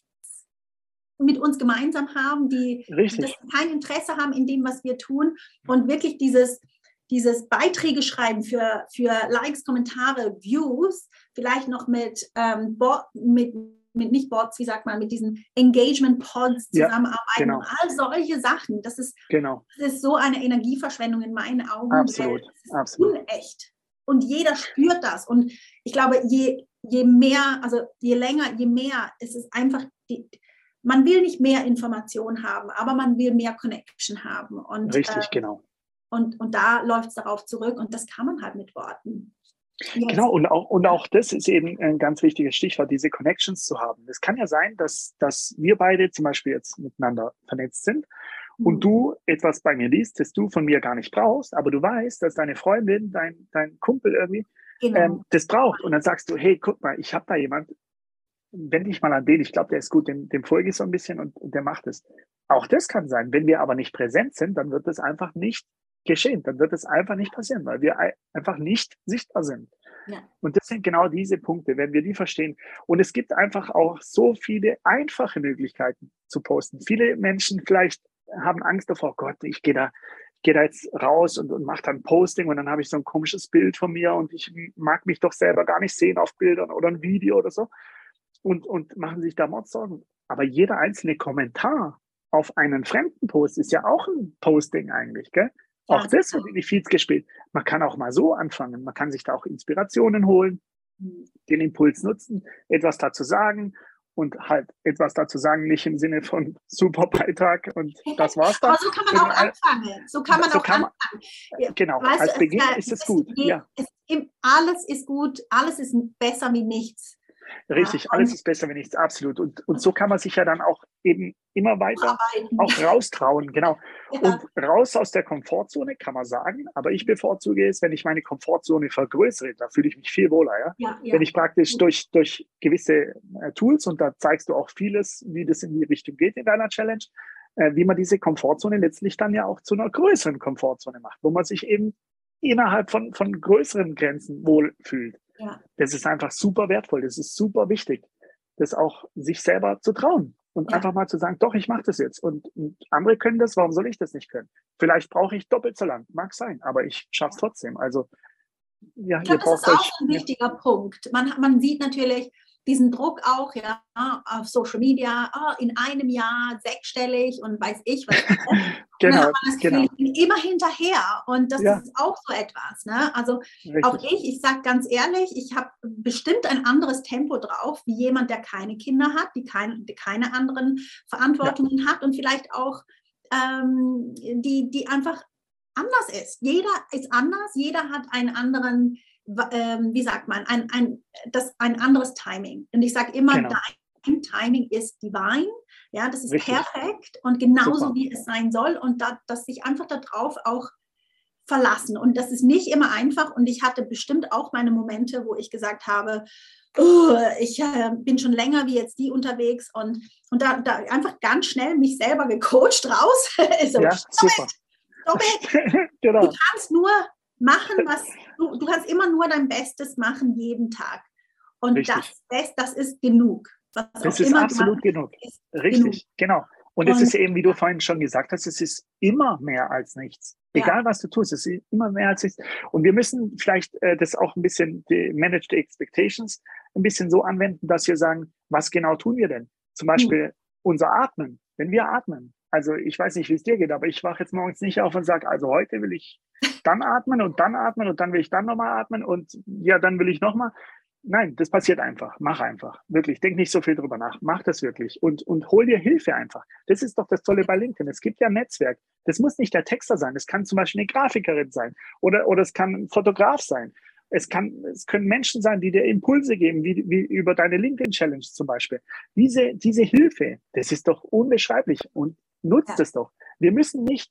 mit uns gemeinsam haben, die das kein Interesse haben in dem, was wir tun und wirklich dieses, dieses Beiträge schreiben für, für Likes, Kommentare, Views, vielleicht noch mit, ähm, Bot, mit, mit nicht Bots, wie sagt man, mit diesen Engagement-Pods zusammenarbeiten, ja, genau. Und all solche Sachen. Das ist, genau. das ist so eine Energieverschwendung in meinen Augen. Absolut, weil es ist absolut. Unecht. Und jeder spürt das. Und ich glaube, je, je mehr, also je länger, je mehr, ist es einfach, die, man will nicht mehr Information haben, aber man will mehr Connection haben. Und, Richtig, äh, genau. Und, und da läuft es darauf zurück und das kann man halt mit Worten. Jetzt. Genau, und auch, und auch das ist eben ein ganz wichtiges Stichwort, diese Connections zu haben. Es kann ja sein, dass, dass wir beide zum Beispiel jetzt miteinander vernetzt sind mhm. und du etwas bei mir liest, das du von mir gar nicht brauchst, aber du weißt, dass deine Freundin, dein, dein Kumpel irgendwie genau. ähm, das braucht. Und dann sagst du, hey, guck mal, ich habe da jemand, wende dich mal an den, ich glaube, der ist gut, dem, dem folge ich so ein bisschen und, und der macht es. Auch das kann sein. Wenn wir aber nicht präsent sind, dann wird das einfach nicht geschehen. Dann wird es einfach nicht passieren, weil wir einfach nicht sichtbar sind. Ja. Und das sind genau diese Punkte, wenn wir die verstehen. Und es gibt einfach auch so viele einfache Möglichkeiten zu posten. Viele Menschen vielleicht haben Angst davor, Gott, ich gehe da, ich gehe da jetzt raus und, und mache dann Posting und dann habe ich so ein komisches Bild von mir und ich mag mich doch selber gar nicht sehen auf Bildern oder ein Video oder so und, und machen sich da Mordsorgen. Aber jeder einzelne Kommentar auf einen fremden Post ist ja auch ein Posting eigentlich, gell? Auch das wird in die Feeds gespielt. Man kann auch mal so anfangen. Man kann sich da auch Inspirationen holen, den Impuls nutzen, etwas dazu sagen und halt etwas dazu sagen, nicht im Sinne von super Beitrag und das war's dann. Aber so kann man auch anfangen. So kann man so auch kann man, anfangen. Genau, weißt als du, Beginn es, ist es es gut. Geht, ja. es, alles ist gut, alles ist besser wie nichts. Richtig, ja, alles ist besser wie nichts, absolut. Und, und so kann man sich ja dann auch eben immer weiter arbeiten. Auch raustrauen, genau. Ja. Und raus aus der Komfortzone kann man sagen, aber ich bevorzuge es, wenn ich meine Komfortzone vergrößere, da fühle ich mich viel wohler. Ja? Ja, ja. Wenn ich praktisch durch, durch gewisse äh, Tools, und da zeigst du auch vieles, wie das in die Richtung geht in deiner Challenge, äh, wie man diese Komfortzone letztlich dann ja auch zu einer größeren Komfortzone macht, wo man sich eben innerhalb von, von größeren Grenzen wohlfühlt. Ja. Das ist einfach super wertvoll, das ist super wichtig, das auch sich selber zu trauen und ja. einfach mal zu sagen, doch, ich mache das jetzt und, und andere können das, warum soll ich das nicht können? Vielleicht brauche ich doppelt so lang, mag sein, aber ich schaffe es trotzdem. Also, ja, ich glaube, das ist auch ein wichtiger ja. Punkt. Man, man sieht natürlich diesen Druck auch, ja, auf Social Media, oh, in einem Jahr sechsstellig und weiß ich was. genau, und dann hat man das Gefühl, genau. ich bin immer hinterher und das ja. ist auch so etwas. Ne? Also Richtig. Auch ich, ich sage ganz ehrlich, ich habe bestimmt ein anderes Tempo drauf, wie jemand, der keine Kinder hat, die, kein, die keine anderen Verantwortungen ja. hat und vielleicht auch ähm, die, die einfach anders ist. Jeder ist anders, jeder hat einen anderen wie sagt man, ein, ein, das, ein anderes Timing. Und ich sage immer, genau. dein Timing ist divine, ja, das ist Richtig. Perfekt und genauso Super. Wie es sein soll und da, dass sich einfach darauf auch verlassen. Und das ist nicht immer einfach und ich hatte bestimmt auch meine Momente, wo ich gesagt habe, oh, ich äh, bin schon länger wie jetzt die unterwegs und, und da, da einfach ganz schnell mich selber gecoacht raus. so, ja, super. Stop it. genau. Du kannst nur machen, was du, du kannst immer nur dein Bestes machen, jeden Tag. Und das, das, das ist genug. Was das ist absolut genug. Ist Richtig, genug. Genau. Und, und es ist eben, wie du vorhin schon gesagt hast, es ist immer mehr als nichts. Egal, ja. was du tust, es ist immer mehr als nichts. Und wir müssen vielleicht äh, das auch ein bisschen, die Managed Expectations, ein bisschen so anwenden, dass wir sagen, was genau tun wir denn? Zum Beispiel hm. unser Atmen. Wenn wir atmen, also ich weiß nicht, wie es dir geht, aber ich wache jetzt morgens nicht auf und sage, also heute will ich dann atmen und dann atmen und dann will ich dann nochmal atmen und ja, dann will ich nochmal. Nein, das passiert einfach. Mach einfach. Wirklich. Denk nicht so viel drüber nach. Mach das wirklich. Und, und hol dir Hilfe einfach. Das ist doch das Tolle bei LinkedIn. Es gibt ja ein Netzwerk. Das muss nicht der Texter sein. Es kann zum Beispiel eine Grafikerin sein. Oder, oder es kann ein Fotograf sein. Es kann, es können Menschen sein, die dir Impulse geben, wie, wie über deine LinkedIn-Challenge zum Beispiel. Diese, diese Hilfe, das ist doch unbeschreiblich. Und nutzt es doch. Wir müssen nicht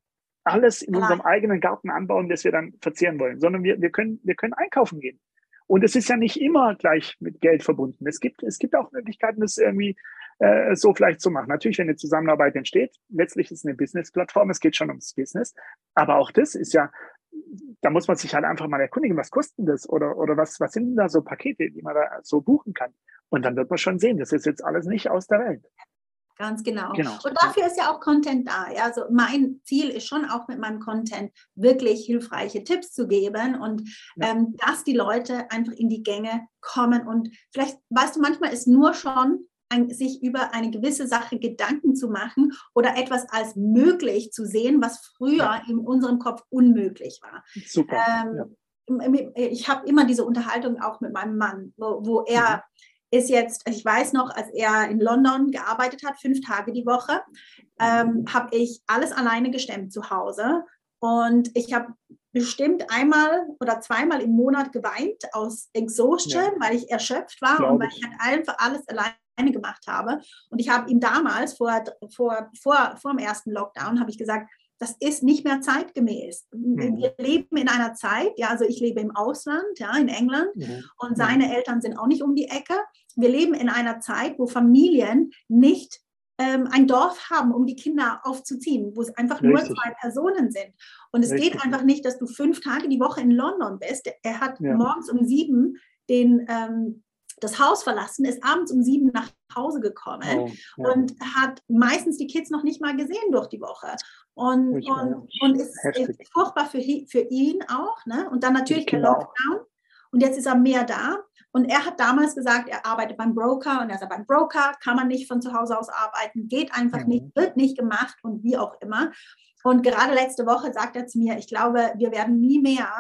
alles in unserem eigenen Garten anbauen, das wir dann verzehren wollen, sondern wir, wir, können, wir können einkaufen gehen. Und es ist ja nicht immer gleich mit Geld verbunden. Es gibt, es gibt auch Möglichkeiten, das irgendwie äh, so vielleicht zu machen. Natürlich, wenn eine Zusammenarbeit entsteht, letztlich ist es eine Business-Plattform, es geht schon ums Business. Aber auch das ist ja, da muss man sich halt einfach mal erkundigen, was kostet das? Oder, oder was, was sind denn da so Pakete, die man da so buchen kann? Und dann wird man schon sehen, das ist jetzt alles nicht aus der Welt. Ganz genau. genau. Und dafür ist ja auch Content da. Ja? Also mein Ziel ist schon auch mit meinem Content wirklich hilfreiche Tipps zu geben und ja. ähm, dass die Leute einfach in die Gänge kommen. Und vielleicht, weißt du, manchmal ist nur schon ein, sich über eine gewisse Sache Gedanken zu machen oder etwas als möglich zu sehen, was früher ja. in unserem Kopf unmöglich war. Super. Ähm, ja. Ich habe immer diese Unterhaltung auch mit meinem Mann, wo, wo er... Mhm. ist jetzt, ich weiß noch, als er in London gearbeitet hat, fünf Tage die Woche, ähm, habe ich alles alleine gestemmt zu Hause. Und ich habe bestimmt einmal oder zweimal im Monat geweint aus Exhaustion, ja. weil ich erschöpft war Glaube und weil ich halt einfach alles alleine gemacht habe. Und ich habe ihm damals, vor, vor, vor, vor dem ersten Lockdown, habe ich gesagt, das ist nicht mehr zeitgemäß. Mhm. Wir leben in einer Zeit, ja, also ich lebe im Ausland, ja, in England mhm. und seine mhm. Eltern sind auch nicht um die Ecke. Wir leben in einer Zeit, wo Familien nicht ähm, ein Dorf haben, um die Kinder aufzuziehen, wo es einfach Richtig. Nur zwei Personen sind. Und es Richtig. Geht einfach nicht, dass du fünf Tage die Woche in London bist. Er hat ja. morgens um sieben den ähm, das Haus verlassen, ist abends um sieben nach Hause gekommen oh, ja. und hat meistens die Kids noch nicht mal gesehen durch die Woche. Und, und, und ist, ist furchtbar für, für ihn auch. Ne? Und dann natürlich der Lockdown. Auch. Und jetzt ist er mehr da. Und er hat damals gesagt, er arbeitet beim Broker. Und er sagt, beim Broker kann man nicht von zu Hause aus arbeiten, geht einfach mhm. nicht, wird nicht gemacht und wie auch immer. Und gerade letzte Woche sagt er zu mir, ich glaube, wir werden nie mehr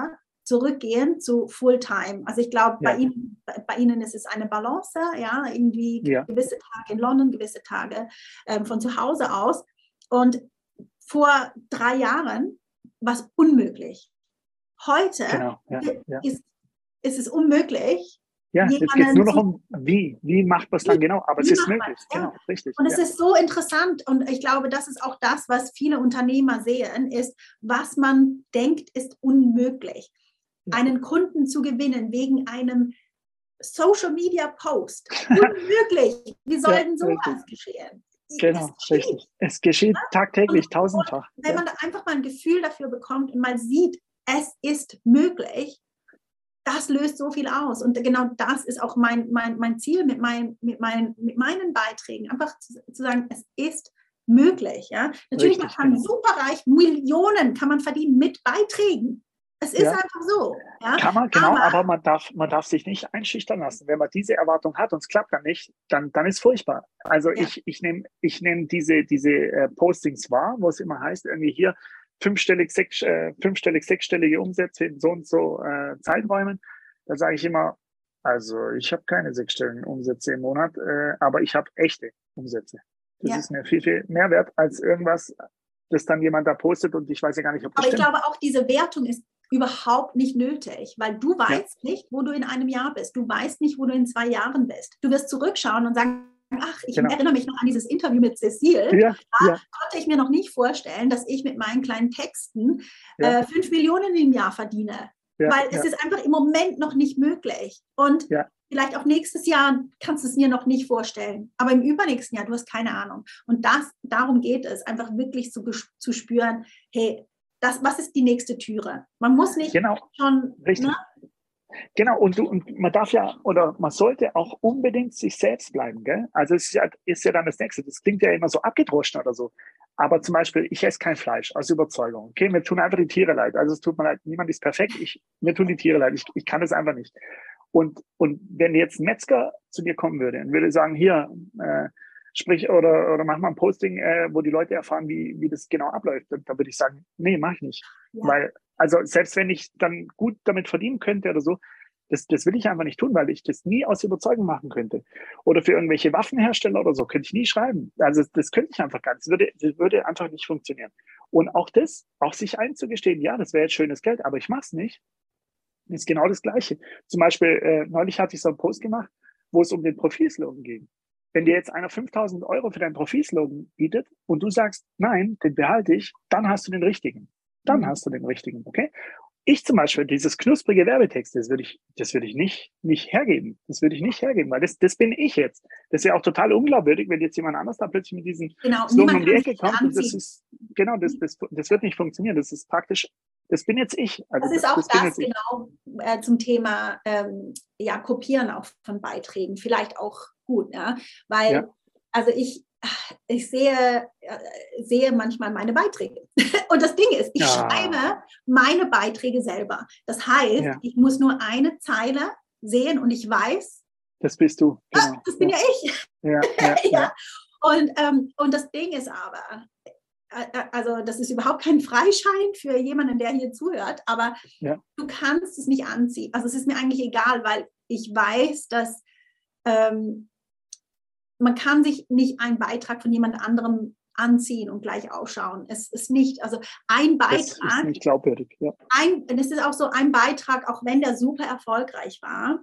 zurückgehen zu Fulltime. Also ich glaube, Ja. bei Ihnen, bei Ihnen ist es eine Balance, ja, irgendwie Ja. gewisse Tage in London, gewisse Tage ähm, von zu Hause aus. Und vor drei Jahren war es unmöglich. Heute Genau. Ja. Ja. Ist, ist es unmöglich. Ja, jetzt geht es nur noch um wie. Wie macht man es dann genau? Aber es ist möglich. Ja. Genau, richtig. Und es ja. ist so interessant. Und ich glaube, das ist auch das, was viele Unternehmer sehen, ist, was man denkt, ist unmöglich. Ja. Einen Kunden zu gewinnen wegen einem Social Media Post. Unmöglich. Wie soll ja, denn sowas richtig. geschehen? Genau, es richtig. Es geschieht ja? tagtäglich, und, tausendfach. Und wenn ja. man da einfach mal ein Gefühl dafür bekommt und mal sieht, es ist möglich, das löst so viel aus. Und genau das ist auch mein, mein, mein Ziel mit, mein, mit, mein, mit meinen Beiträgen. Einfach zu, zu sagen, es ist möglich. Ja? Natürlich, Richtig, man kann genau. super reich, Millionen kann man verdienen mit Beiträgen. Es ist ja. einfach so. Ja? Kann man, genau, aber, aber man, darf, man darf sich nicht einschüchtern lassen. Wenn man diese Erwartung hat und es klappt dann nicht, dann, dann ist furchtbar. Also ja. ich, ich nehme ich nehm diese, diese äh, Postings wahr, wo es immer heißt, irgendwie hier fünfstellig, sechs, äh, fünfstellig sechsstellige Umsätze in so und so äh, Zeiträumen. Da sage ich immer, also ich habe keine sechsstelligen Umsätze im Monat, äh, aber ich habe echte Umsätze. Das ja. ist mir viel, viel mehr wert als irgendwas, das dann jemand da postet und ich weiß ja gar nicht, ob das Aber stimmt. Ich glaube auch, diese Wertung ist überhaupt nicht nötig, weil du weißt ja. nicht, wo du in einem Jahr bist. Du weißt nicht, wo du in zwei Jahren bist. Du wirst zurückschauen und sagen, ach, ich genau. erinnere mich noch an dieses Interview mit Cecile. Ja, da ja. konnte ich mir noch nicht vorstellen, dass ich mit meinen kleinen Texten ja. äh, fünf Millionen im Jahr verdiene. Ja, weil es ja. ist einfach im Moment noch nicht möglich. Und ja. vielleicht auch nächstes Jahr kannst du es dir noch nicht vorstellen. Aber im übernächsten Jahr, du hast keine Ahnung. Und das, darum geht es, einfach wirklich zu, zu spüren, hey, das, was ist die nächste Türe? Man muss nicht genau. schon... Richtig. Ne? Genau, und, du, und man darf ja, oder man sollte auch unbedingt sich selbst bleiben, gell? Also es ist ja, ist ja dann das Nächste. Das klingt ja immer so abgedroschen oder so. Aber zum Beispiel, ich esse kein Fleisch aus Überzeugung. Okay, mir tun einfach die Tiere leid. Also es tut mir leid, niemand ist perfekt. Ich, mir tun die Tiere leid. Ich, ich kann das einfach nicht. Und, und wenn jetzt ein Metzger zu dir kommen würde und würde sagen, hier, äh, sprich oder, oder mach mal ein Posting, äh, wo die Leute erfahren, wie, wie das genau abläuft, dann, dann würde ich sagen, nee, mach ich nicht. Ja. Weil, also selbst wenn ich dann gut damit verdienen könnte oder so, das, das will ich einfach nicht tun, weil ich das nie aus Überzeugung machen könnte. Oder für irgendwelche Waffenhersteller oder so könnte ich nie schreiben. Also das könnte ich einfach gar nicht. Das würde, das würde einfach nicht funktionieren. Und auch das, auch sich einzugestehen, ja, das wäre jetzt schönes Geld, aber ich mache es nicht, ist genau das Gleiche. Zum Beispiel, äh, neulich hatte ich so einen Post gemacht, wo es um den Profilslogan ging. Wenn dir jetzt einer fünftausend Euro für deinen Profilslogan bietet und du sagst, nein, den behalte ich, dann hast du den richtigen. Dann mhm. hast du den richtigen, okay? Ich zum Beispiel, dieses knusprige Werbetext, das würde ich, das würde ich nicht, nicht hergeben. Das würde ich nicht hergeben, weil das, das bin ich jetzt. Das ist ja auch total unglaubwürdig, wenn jetzt jemand anders da plötzlich mit diesem genau, Slogan um die Ecke kommt. Und das ist, genau, das, das, das wird nicht funktionieren. Das ist praktisch, das bin jetzt ich. Also das ist auch das, das, das genau äh, zum Thema ähm, ja, Kopieren auch von Beiträgen. Vielleicht auch gut, ja, weil, ja. also ich, ich sehe, äh, sehe manchmal meine Beiträge. Und das Ding ist, ich ja. schreibe meine Beiträge selber. Das heißt, ja. ich muss nur eine Zeile sehen und ich weiß, das bist du. Genau. Ah, das bin ja, ja ich. Ja, ja, ja. Und, ähm, und das Ding ist aber, äh, also das ist überhaupt kein Freischein für jemanden, der hier zuhört, aber ja. du kannst es nicht anziehen. Also es ist mir eigentlich egal, weil ich weiß, dass ähm, man kann sich nicht einen Beitrag von jemand anderem anziehen und gleich ausschauen. Es ist nicht, also ein Beitrag. Das ist nicht glaubwürdig, ja. Ein, es ist auch so ein Beitrag, auch wenn der super erfolgreich war,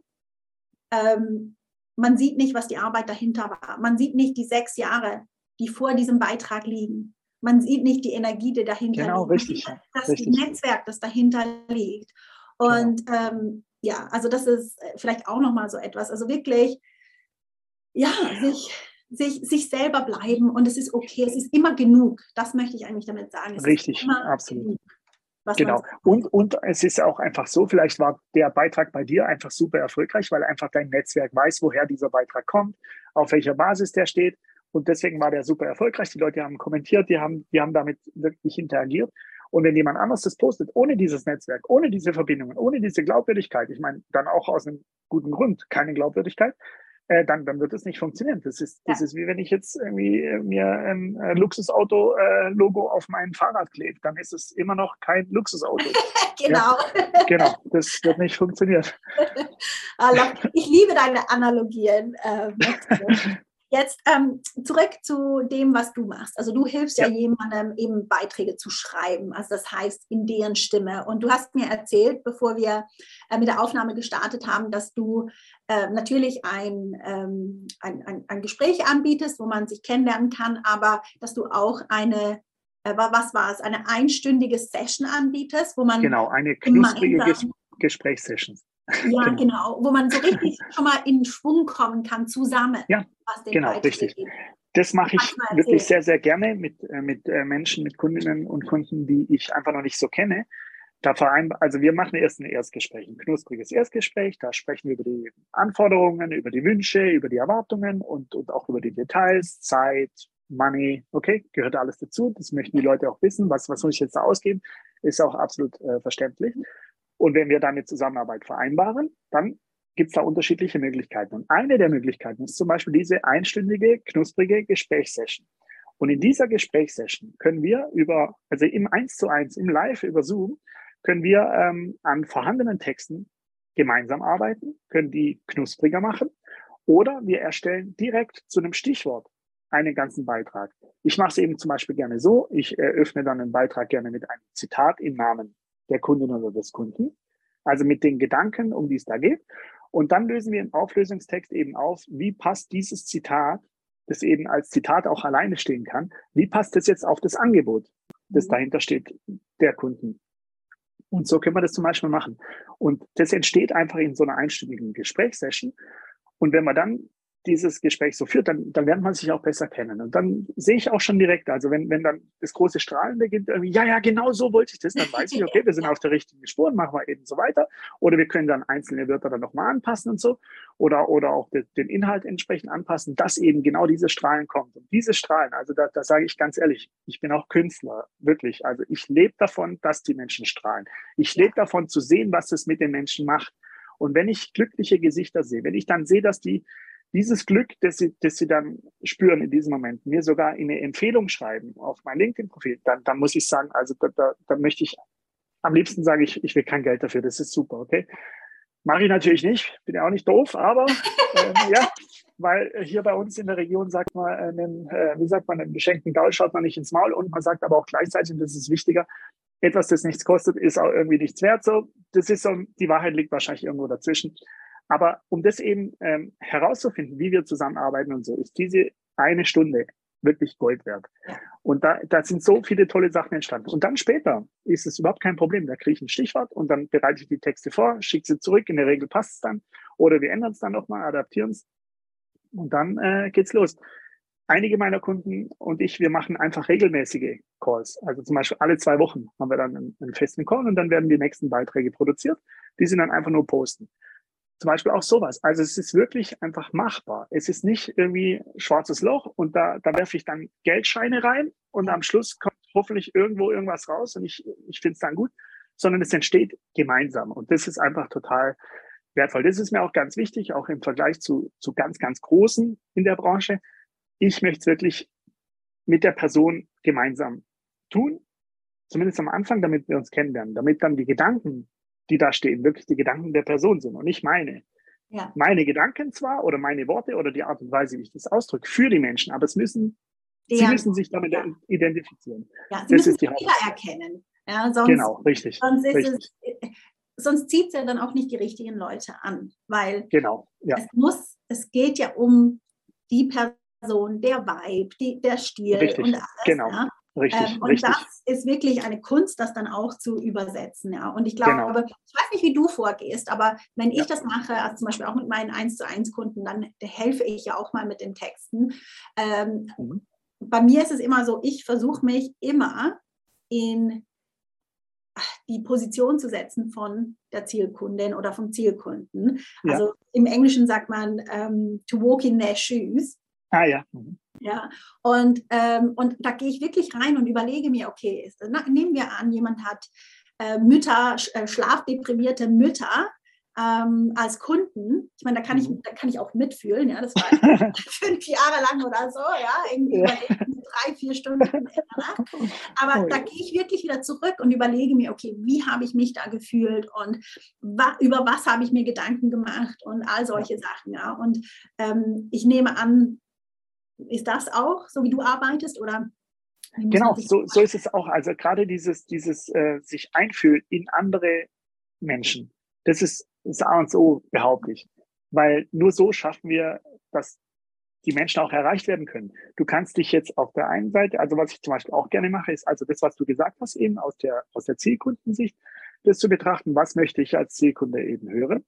ähm, man sieht nicht, was die Arbeit dahinter war. Man sieht nicht die sechs Jahre, die vor diesem Beitrag liegen. Man sieht nicht die Energie, die dahinter genau, liegt. Richtig, Man sieht das richtig. Netzwerk, das dahinter liegt. Und genau. ähm, ja, also das ist vielleicht auch nochmal so etwas. Also wirklich, ja, sich, sich, sich selber bleiben und es ist okay, es ist immer genug. Das möchte ich eigentlich damit sagen. Es Richtig, ist immer absolut. Genug, genau. Und, und es ist auch einfach so, vielleicht war der Beitrag bei dir einfach super erfolgreich, weil einfach dein Netzwerk weiß, woher dieser Beitrag kommt, auf welcher Basis der steht. Und deswegen war der super erfolgreich. Die Leute haben kommentiert, die haben, die haben damit wirklich interagiert. Und wenn jemand anderes das postet, ohne dieses Netzwerk, ohne diese Verbindungen, ohne diese Glaubwürdigkeit, ich meine, dann auch aus einem guten Grund keine Glaubwürdigkeit, äh, dann, dann wird es nicht funktionieren. Das ist, das Ja. ist wie wenn ich jetzt irgendwie äh, mir ein äh, Luxusauto-Logo auf mein Fahrrad klebe. Dann ist es immer noch kein Luxusauto. Genau. Ja, genau, das wird nicht funktionieren. Ich liebe deine Analogien. Äh, Jetzt ähm, zurück zu dem, was du machst. Also du hilfst ja, ja jemandem, eben Beiträge zu schreiben. Also das heißt, in deren Stimme. Und du hast mir erzählt, bevor wir äh, mit der Aufnahme gestartet haben, dass du äh, natürlich ein, ähm, ein, ein, ein Gespräch anbietest, wo man sich kennenlernen kann, aber dass du auch eine, äh, was war es, eine einstündige Session anbietest, wo man genau, eine knusprige Ges- Gesprächssession. Ja, genau. genau, wo man so richtig schon mal in Schwung kommen kann, zusammen. Ja, was den genau, richtig. Geht. Das mache ich wirklich sehr, sehr gerne mit, äh, mit äh, Menschen, mit Kundinnen und Kunden, die ich einfach noch nicht so kenne. Da vereinbar, also wir machen erst ein Erstgespräch, ein knuspriges Erstgespräch. Da sprechen wir über die Anforderungen, über die Wünsche, über die Erwartungen und, und auch über die Details, Zeit, Money. Okay, gehört alles dazu. Das möchten die Leute auch wissen. Was, was muss ich jetzt da ausgeben? Ist auch absolut äh, verständlich. Und wenn wir dann eine Zusammenarbeit vereinbaren, dann gibt es da unterschiedliche Möglichkeiten. Und eine der Möglichkeiten ist zum Beispiel diese einstündige, knusprige Gesprächssession. Und in dieser Gesprächssession können wir über, also im eins zu eins, im Live über Zoom, können wir ähm, an vorhandenen Texten gemeinsam arbeiten, können die knuspriger machen oder wir erstellen direkt zu einem Stichwort einen ganzen Beitrag. Ich mache es eben zum Beispiel gerne so, ich eröffne dann einen Beitrag gerne mit einem Zitat im Namen der Kundin oder des Kunden, also mit den Gedanken, um die es da geht. Und dann lösen wir im Auflösungstext eben auf, wie passt dieses Zitat, das eben als Zitat auch alleine stehen kann, wie passt das jetzt auf das Angebot, das dahinter steht, der Kunden. Und so können wir das zum Beispiel machen. Und das entsteht einfach in so einer einstündigen Gesprächssession. Und wenn man dann dieses Gespräch so führt, dann, dann lernt man sich auch besser kennen. Und dann sehe ich auch schon direkt, also wenn, wenn dann das große Strahlen beginnt, irgendwie, ja, ja, genau so wollte ich das, dann weiß ich, okay, wir sind auf der richtigen Spur, machen wir eben so weiter. Oder wir können dann einzelne Wörter dann nochmal anpassen und so. Oder, oder auch de, den Inhalt entsprechend anpassen, dass eben genau diese Strahlen kommt. Und diese Strahlen, also da, da sage ich ganz ehrlich, ich bin auch Künstler, wirklich. Also ich lebe davon, dass die Menschen strahlen. Ich lebe davon zu sehen, was es mit den Menschen macht. Und wenn ich glückliche Gesichter sehe, wenn ich dann sehe, dass die dieses Glück, das sie, das sie dann spüren in diesem Moment, mir sogar eine Empfehlung schreiben auf mein LinkedIn-Profil, dann, dann muss ich sagen, also da, da, da möchte ich, am liebsten sage ich, ich will kein Geld dafür, das ist super, okay? Mache ich natürlich nicht, bin ja auch nicht doof, aber ähm, ja, weil hier bei uns in der Region sagt man, einen, äh, wie sagt man, einen geschenkten Gaul schaut man nicht ins Maul und man sagt aber auch gleichzeitig, und das ist wichtiger, etwas, das nichts kostet, ist auch irgendwie nichts wert. So, das ist so, die Wahrheit liegt wahrscheinlich irgendwo dazwischen. Aber um das eben ähm, herauszufinden, wie wir zusammenarbeiten und so, ist diese eine Stunde wirklich Gold wert. Und da, da sind so viele tolle Sachen entstanden. Und dann später ist es überhaupt kein Problem. Da kriege ich ein Stichwort und dann bereite ich die Texte vor, schicke sie zurück. In der Regel passt es dann. Oder wir ändern es dann nochmal, adaptieren es. Und dann äh, geht's los. Einige meiner Kunden und ich, wir machen einfach regelmäßige Calls. Also zum Beispiel alle zwei Wochen haben wir dann einen, einen festen Call und dann werden die nächsten Beiträge produziert. Die sind dann einfach nur posten. Zum Beispiel auch sowas. Also es ist wirklich einfach machbar. Es ist nicht irgendwie schwarzes Loch und da, da werfe ich dann Geldscheine rein und am Schluss kommt hoffentlich irgendwo irgendwas raus und ich, ich finde es dann gut, sondern es entsteht gemeinsam und das ist einfach total wertvoll. Das ist mir auch ganz wichtig, auch im Vergleich zu, zu ganz, ganz Großen in der Branche. Ich möchte es wirklich mit der Person gemeinsam tun, zumindest am Anfang, damit wir uns kennenlernen, damit dann die Gedanken, die da stehen, wirklich die Gedanken der Person sind und nicht meine. Ja. Meine Gedanken zwar oder meine Worte oder die Art und Weise, wie ich das ausdrücke, für die Menschen, aber es müssen, ja. sie müssen sich damit ja. identifizieren. Ja, sie das müssen ist die Fehler erkennen. Ja, sonst, genau, richtig. Sonst, ist richtig. Es, sonst zieht es ja dann auch nicht die richtigen Leute an, weil genau, ja. es muss, es geht ja um die Person, der Vibe, die, der Stil richtig. und alles. Genau. Ja. Richtig, ähm, und richtig. das ist wirklich eine Kunst, das dann auch zu übersetzen. Ja. Und ich glaube, genau. ich weiß nicht, wie du vorgehst, aber wenn ich ja. das mache, also zum Beispiel auch mit meinen eins zu eins Kunden, dann helfe ich ja auch mal mit den Texten. Ähm, mhm. Bei mir ist es immer so, ich versuche mich immer in die Position zu setzen von der Zielkundin oder vom Zielkunden. Ja. Also im Englischen sagt man um, to walk in their shoes. Ah ja. Mhm. Ja, und, ähm, und da gehe ich wirklich rein und überlege mir, okay, ist, na, nehmen wir an, jemand hat äh, Mütter, sch, äh, schlafdeprimierte Mütter, ähm, als Kunden. Ich meine, da kann ich, da kann ich auch mitfühlen, ja, das war fünf Jahre lang oder so, ja, irgendwie Ja. überlegen, drei, vier Stunden in der Nacht. Aber Oh, da ja. gehe ich wirklich wieder zurück und überlege mir, okay, wie habe ich mich da gefühlt und wa- über was habe ich mir Gedanken gemacht und all solche Sachen, ja. Und ähm, ich nehme an, ist das auch, so wie du arbeitest, oder wie muss man Genau, sich so, so ist es auch. Also gerade dieses, dieses äh, sich einfühlen in andere Menschen, das ist das A und O, behaupte ich. Weil nur so schaffen wir, dass die Menschen auch erreicht werden können. Du kannst dich jetzt auf der einen Seite, also was ich zum Beispiel auch gerne mache, ist also das, was du gesagt hast, eben aus der, aus der Zielkundensicht, das zu betrachten, was möchte ich als Zielkunde eben hören.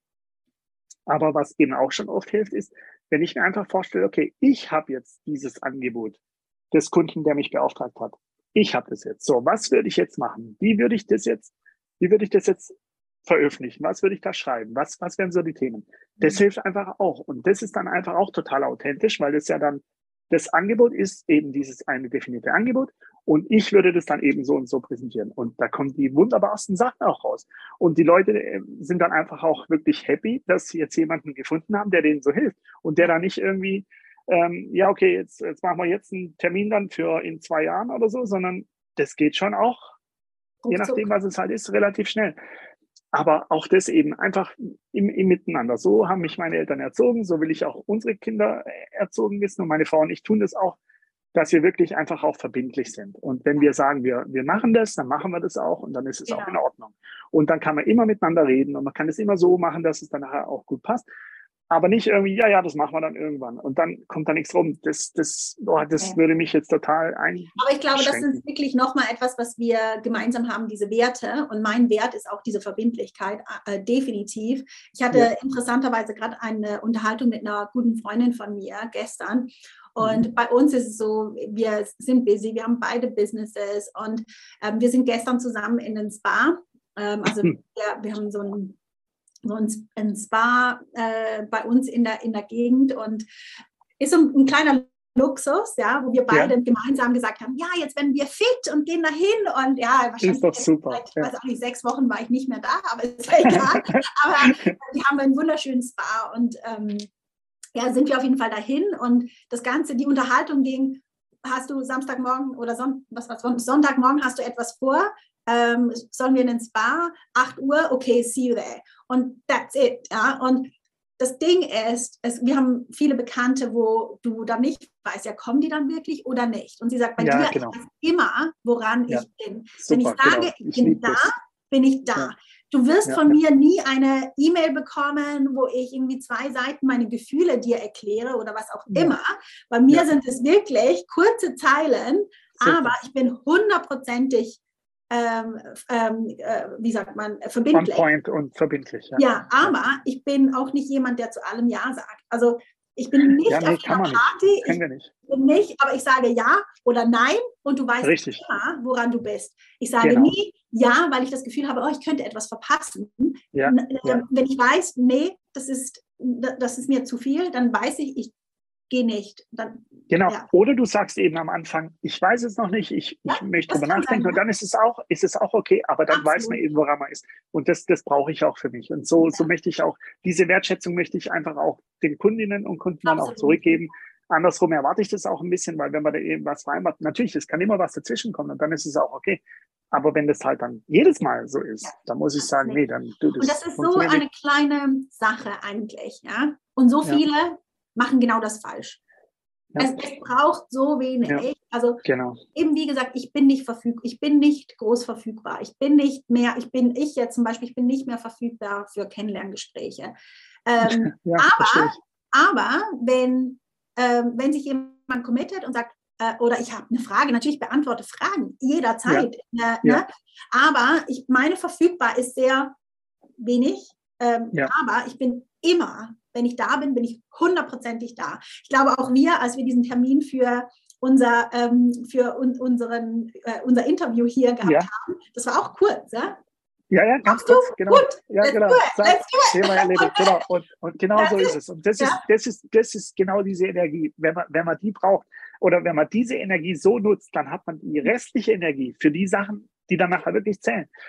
Aber was eben auch schon oft hilft, ist, wenn ich mir einfach vorstelle, okay, ich habe jetzt dieses Angebot des Kunden, der mich beauftragt hat. Ich habe das jetzt. So, was würde ich jetzt machen? Wie würde ich das jetzt, wie würde ich das jetzt veröffentlichen? Was würde ich da schreiben? Was, was wären so die Themen? Das hilft einfach auch. Und das ist dann einfach auch total authentisch, weil das ja dann, das Angebot ist eben dieses eine definierte Angebot. Und ich würde das dann eben so und so präsentieren. Und da kommen die wunderbarsten Sachen auch raus. Und die Leute äh, sind dann einfach auch wirklich happy, dass sie jetzt jemanden gefunden haben, der denen so hilft. Und der da nicht irgendwie, ähm, ja, okay, jetzt, jetzt machen wir jetzt einen Termin dann für in zwei Jahren oder so, sondern das geht schon auch, je nachdem, was es halt ist, relativ schnell. Aber auch das eben einfach im, im Miteinander. So haben mich meine Eltern erzogen, so will ich auch unsere Kinder erzogen wissen. Und meine Frau und ich tun das auch, dass wir wirklich einfach auch verbindlich sind. Und wenn wir sagen, wir, wir machen das, dann machen wir das auch und dann ist es Genau. auch in Ordnung. Und dann kann man immer miteinander reden und man kann es immer so machen, dass es dann nachher auch gut passt. Aber nicht irgendwie, ja, ja, das machen wir dann irgendwann. Und dann kommt da nichts rum. Das, das, oh, das Okay. würde mich jetzt total ein. Aber ich glaube, das ist wirklich nochmal etwas, was wir gemeinsam haben, diese Werte. Und mein Wert ist auch diese Verbindlichkeit, äh, definitiv. Ich hatte Ja. interessanterweise gerade eine Unterhaltung mit einer guten Freundin von mir gestern. Und mhm. bei uns ist es so, wir sind busy, wir haben beide Businesses und ähm, wir sind gestern zusammen in den Spa. Ähm, also hm. wir, wir haben so ein so ein, ein Spa äh, bei uns in der, in der Gegend und ist so ein, ein kleiner Luxus, ja, wo wir beide ja. gemeinsam gesagt haben, ja, jetzt werden wir fit und gehen dahin und ja, wahrscheinlich ist doch super. Seit, ich weiß auch nicht, sechs Wochen war ich nicht mehr da, aber ist ja egal. Aber wir haben einen wunderschönen Spa und ähm, ja, sind wir auf jeden Fall dahin und das Ganze, die Unterhaltung ging, hast du Samstagmorgen oder Son- was, was, Sonntagmorgen hast du etwas vor? Ähm, sollen wir in den Spa? acht Uhr, okay, see you there. Und that's it. Ja? Und das Ding ist, es, wir haben viele Bekannte, wo du dann nicht weißt, ja, kommen die dann wirklich oder nicht? Und sie sagt, bei ja, dir genau. ist immer, woran ja. ich bin. Super, wenn ich sage, genau. ich ich bin da, das. bin ich da. Ja. Du wirst ja. von mir nie eine E-Mail bekommen, wo ich irgendwie zwei Seiten meine Gefühle dir erkläre oder was auch ja. immer. Bei mir ja. sind es wirklich kurze Zeilen, Super. Aber ich bin hundertprozentig Ähm, ähm, äh, wie sagt man, verbindlich. On point und verbindlich. Ja, ja aber ja. ich bin auch nicht jemand, der zu allem Ja sagt. Also ich bin nicht ja, nee, auf einer Party, nicht. ich nicht. bin nicht, aber ich sage Ja oder Nein und du weißt Richtig. immer, woran du bist. Ich sage genau. nie Ja, weil ich das Gefühl habe, oh, ich könnte etwas verpassen. Ja, äh, ja. Wenn ich weiß, nee, das ist, das ist mir zu viel, dann weiß ich, ich gehe nicht. Dann, genau. Ja. Oder du sagst eben am Anfang, ich weiß es noch nicht, ich, ja, ich möchte drüber nachdenken sein, und dann ist es auch, ist es auch okay, aber dann Absolut. weiß man eben, woran man ist. Und das, das brauche ich auch für mich. Und so, ja. so möchte ich auch, diese Wertschätzung möchte ich einfach auch den Kundinnen und Kunden dann auch zurückgeben. Andersrum erwarte ich das auch ein bisschen, weil wenn man da eben was vereinbart, natürlich, es kann immer was dazwischen kommen und dann ist es auch okay. Aber wenn das halt dann jedes Mal so ist, ja. dann muss ich sagen, nee, dann du das. Und das ist so eine kleine Sache eigentlich, ja. Und so viele ja. machen genau das falsch. Ja. Es, es braucht so wenig. Ja. Also genau. eben wie gesagt, ich bin nicht verfügbar, ich bin nicht groß verfügbar. Ich bin nicht mehr, ich bin ich jetzt zum Beispiel, ich bin nicht mehr verfügbar für Kennenlerngespräche. Ähm, ja, aber, aber wenn, ähm, wenn sich jemand committet und sagt, äh, oder ich habe eine Frage, natürlich beantworte Fragen jederzeit. Ja. Äh, ne? Ja. Aber ich, meine verfügbar ist sehr wenig. Ähm, ja. Aber ich bin immer, wenn ich da bin, bin ich hundertprozentig da. Ich glaube auch wir, als wir diesen Termin für unser, ähm, für un, unseren, äh, unser Interview hier gehabt ja. haben, das war auch kurz, ja? Ja, ja, ganz Machst kurz, du? genau. Gut, ja, let's genau. do it, Sag, let's do it. Thema erledigt, genau. Und, und genau das so ist, ist es. Und das, ja. ist, das, ist, das ist genau diese Energie. Wenn man, wenn man die braucht oder wenn man diese Energie so nutzt, dann hat man die restliche Energie für die Sachen, die dann nachher wirklich zählen.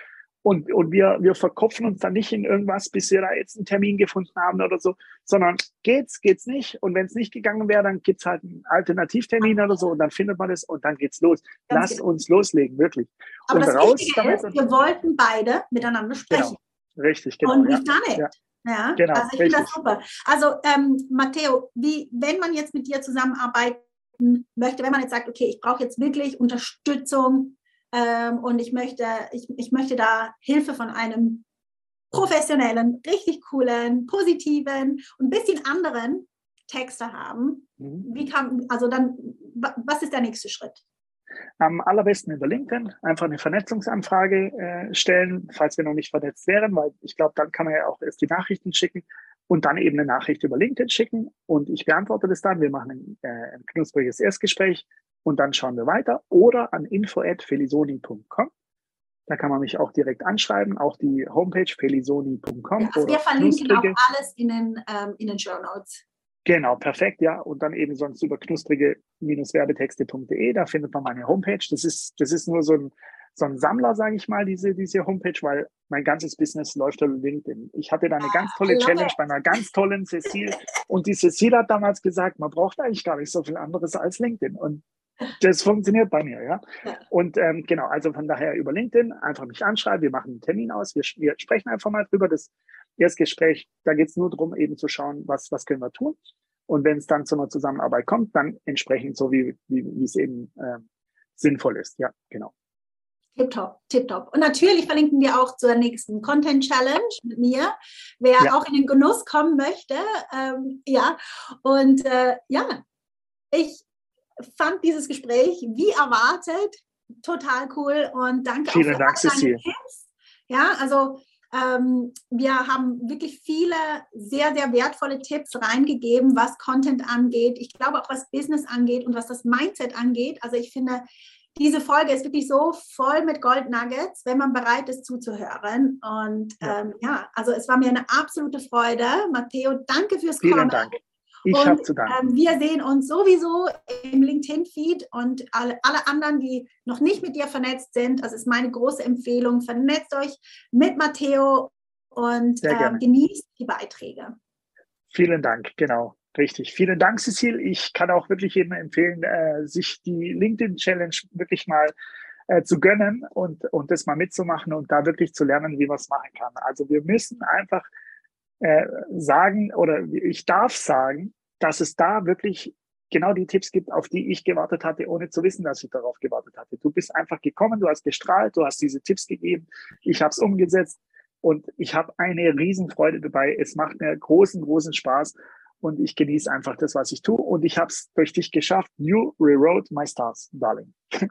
Und, und wir, wir verkopfen uns dann nicht in irgendwas, bis wir da jetzt einen Termin gefunden haben oder so, sondern geht's, geht's nicht. Und wenn es nicht gegangen wäre, dann gibt's halt einen Alternativtermin oder so und dann findet man das und dann geht's los. Ganz Lasst genau. uns loslegen, wirklich. Aber und das raus Wichtige damit. ist, wir wollten beide miteinander sprechen. Genau, richtig, genau. Und ja. we've done it. Ja. Ja, Genau, also ich finde das super. Also ähm, Matteo, wie, wenn man jetzt mit dir zusammenarbeiten möchte, wenn man jetzt sagt, okay, ich brauche jetzt wirklich Unterstützung ähm, und ich möchte, ich, ich möchte da Hilfe von einem professionellen, richtig coolen, positiven und ein bisschen anderen Texter haben, mhm. wie kann, also dann, was ist der nächste Schritt? Am allerbesten über LinkedIn einfach eine Vernetzungsanfrage äh, stellen, falls wir noch nicht vernetzt wären, weil ich glaube, dann kann man ja auch erst die Nachrichten schicken und dann eben eine Nachricht über LinkedIn schicken und ich beantworte das dann. Wir machen ein, äh, ein knuspriges Erstgespräch und dann schauen wir weiter oder an info at felisoni punkt com. Da kann man mich auch direkt anschreiben, auch die Homepage felisoni punkt com. Ja, also wir verlinken auch alles in den, ähm, in den Shownotes. Genau, perfekt, ja. Und dann eben sonst über knusprige Werbetexte punkt de, da findet man meine Homepage. Das ist, das ist nur so ein, so ein Sammler, sage ich mal, diese, diese Homepage, weil mein ganzes Business läuft über LinkedIn. Ich hatte da eine ganz tolle Challenge bei einer ganz tollen Cecile. Und die Cecile hat damals gesagt, man braucht eigentlich gar nicht so viel anderes als LinkedIn. Und das funktioniert bei mir, ja. Und ähm, genau, also von daher über LinkedIn einfach mich anschreiben, wir machen einen Termin aus, wir, wir sprechen einfach mal drüber. Das Erstgespräch, da geht es nur darum, eben zu schauen, was, was können wir tun. Und wenn es dann zu einer Zusammenarbeit kommt, dann entsprechend so, wie, wie, wie es eben äh, sinnvoll ist. Ja, genau. Tipptopp, tipptopp. Und natürlich verlinken wir auch zur nächsten Content Challenge mit mir, wer ja. auch in den Genuss kommen möchte. Ähm, ja, und äh, ja, ich fand dieses Gespräch wie erwartet total cool und danke Vielen auch für Dank, all deine Cecile. Tipps. Ja, also ähm, wir haben wirklich viele sehr, sehr wertvolle Tipps reingegeben, was Content angeht. Ich glaube auch, was Business angeht und was das Mindset angeht. Also ich finde, diese Folge ist wirklich so voll mit Gold Nuggets, wenn man bereit ist zuzuhören. Und ja, ähm, ja also es war mir eine absolute Freude. Matteo, danke fürs Vielen Kommen. Dank. Ich habe zu danken. Ähm, wir sehen uns sowieso im LinkedIn-Feed und alle, alle anderen, die noch nicht mit dir vernetzt sind, das ist meine große Empfehlung, vernetzt euch mit Matteo und ähm, genießt die Beiträge. Vielen Dank, genau, richtig. Vielen Dank, Cecile. Ich kann auch wirklich jedem empfehlen, äh, sich die LinkedIn-Challenge wirklich mal äh, zu gönnen und, und das mal mitzumachen und da wirklich zu lernen, wie man es machen kann. Also wir müssen einfach äh, sagen, oder ich darf sagen, dass es da wirklich genau die Tipps gibt, auf die ich gewartet hatte, ohne zu wissen, dass ich darauf gewartet hatte. Du bist einfach gekommen, du hast gestrahlt, du hast diese Tipps gegeben, ich habe es umgesetzt und ich habe eine Riesenfreude dabei. Es macht mir großen, großen Spaß und ich genieße einfach das, was ich tue und ich habe es durch dich geschafft. You rewrote my stars, darling.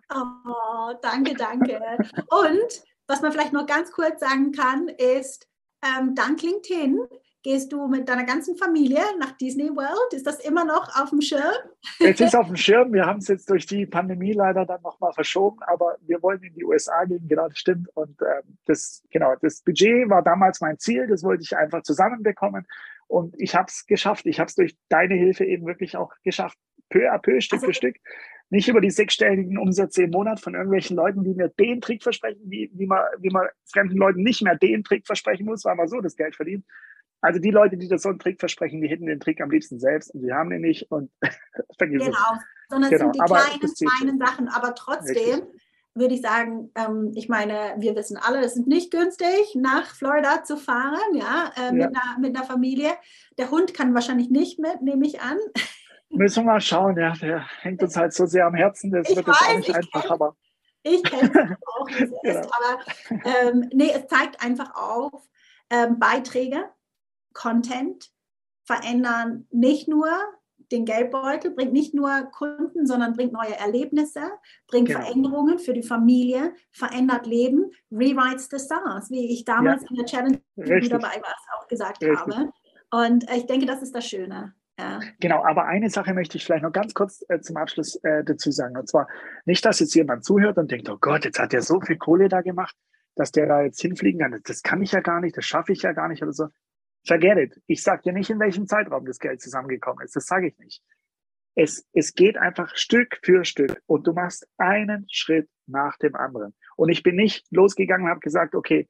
Oh, danke, danke. Und was man vielleicht noch ganz kurz sagen kann, ist, ähm, dank LinkedIn gehst du mit deiner ganzen Familie nach Disney World? Ist das immer noch auf dem Schirm? Es ist auf dem Schirm. Wir haben es jetzt durch die Pandemie leider dann nochmal verschoben, aber wir wollen in die U S A gehen, genau, das stimmt. Und ähm, das, genau, das Budget war damals mein Ziel, das wollte ich einfach zusammenbekommen. Und ich habe es geschafft. Ich habe es durch deine Hilfe eben wirklich auch geschafft. Peu à peu, Stück also, für Stück. Nicht über die sechsstelligen Umsätze im Monat von irgendwelchen Leuten, die mir den Trick versprechen, wie, wie, man, wie man fremden Leuten nicht mehr den Trick versprechen muss, weil man so das Geld verdient. Also die Leute, die das so einen Trick versprechen, die hätten den Trick am liebsten selbst und die haben den nicht und genau, sondern es genau. sind die aber kleinen, feinen Sachen, aber trotzdem richtig. Würde ich sagen, ähm, ich meine, wir wissen alle, es ist nicht günstig, nach Florida zu fahren, ja, äh, mit, ja. Einer, mit einer Familie. Der Hund kann wahrscheinlich nicht mit, nehme ich an. Müssen wir mal schauen, ja, der hängt uns halt so sehr am Herzen, das ich wird weiß, jetzt auch nicht einfach, kenn, aber ich kenne es auch, wie es genau. ist, aber ähm, nee, es zeigt einfach auf, ähm, Beiträge, Content verändern nicht nur den Geldbeutel, bringt nicht nur Kunden, sondern bringt neue Erlebnisse, bringt genau. Veränderungen für die Familie, verändert Leben, rewrites the stars, wie ich damals ja. in der Challenge, wo du dabei warst, auch gesagt Richtig. habe. Und ich denke, das ist das Schöne. Ja. Genau, aber eine Sache möchte ich vielleicht noch ganz kurz äh, zum Abschluss äh, dazu sagen. Und zwar nicht, dass jetzt jemand zuhört und denkt, oh Gott, jetzt hat der so viel Kohle da gemacht, dass der da jetzt hinfliegen kann. Das kann ich ja gar nicht, das schaffe ich ja gar nicht oder so. Forget it. Ich sage dir nicht, in welchem Zeitraum das Geld zusammengekommen ist. Das sage ich nicht. Es, es geht einfach Stück für Stück und du machst einen Schritt nach dem anderen. Und ich bin nicht losgegangen und habe gesagt, okay,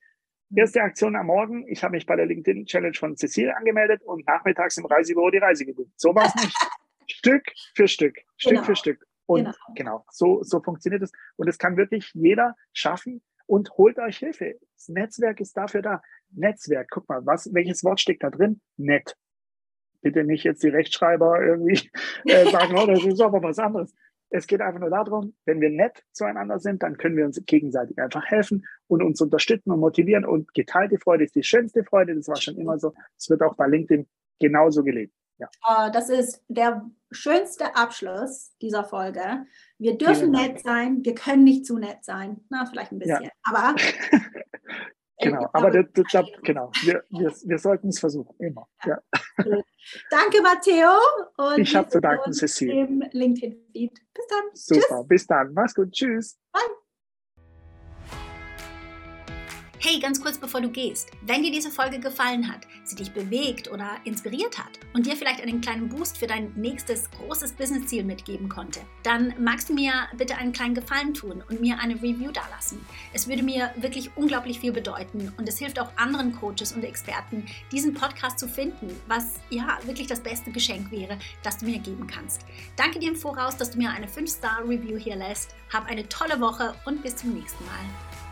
Erste Aktion am Morgen, ich habe mich bei der LinkedIn-Challenge von Cecile angemeldet und nachmittags im Reisebüro die Reise gebucht. So war es nicht. Stück für Stück, Stück Genau. für Stück. Und Genau, genau so, so funktioniert es. Und es kann wirklich jeder schaffen. Und holt euch Hilfe. Das Netzwerk ist dafür da. Netzwerk, guck mal, was, welches Wort steckt da drin? Nett. Bitte nicht jetzt die Rechtschreiber irgendwie äh, sagen, oh, das ist aber was anderes. Es geht einfach nur darum, wenn wir nett zueinander sind, dann können wir uns gegenseitig einfach helfen und uns unterstützen und motivieren. Und geteilte Freude ist die schönste Freude. Das war schon immer so. Es wird auch bei LinkedIn genauso gelebt. Ja. Uh, das ist der schönste Abschluss dieser Folge. Wir dürfen nett sein, wir können nicht zu nett sein. Na, vielleicht ein bisschen, ja. aber... genau, aber das, das, das, genau. Wir, wir, wir sollten es versuchen, immer. Ja. Ja. Danke, Matteo. Und ich habe zu danken, Cecile. Im LinkedIn-Feed. Bis dann. Super, Tschüss. Bis dann. Mach's gut. Tschüss. Bye. Hey, ganz kurz bevor du gehst, wenn dir diese Folge gefallen hat, sie dich bewegt oder inspiriert hat und dir vielleicht einen kleinen Boost für dein nächstes großes Business-Ziel mitgeben konnte, dann magst du mir bitte einen kleinen Gefallen tun und mir eine Review dalassen. Es würde mir wirklich unglaublich viel bedeuten und es hilft auch anderen Coaches und Experten, diesen Podcast zu finden, was ja wirklich das beste Geschenk wäre, das du mir geben kannst. Danke dir im Voraus, dass du mir eine fünf Star Review hier lässt. Hab eine tolle Woche und bis zum nächsten Mal.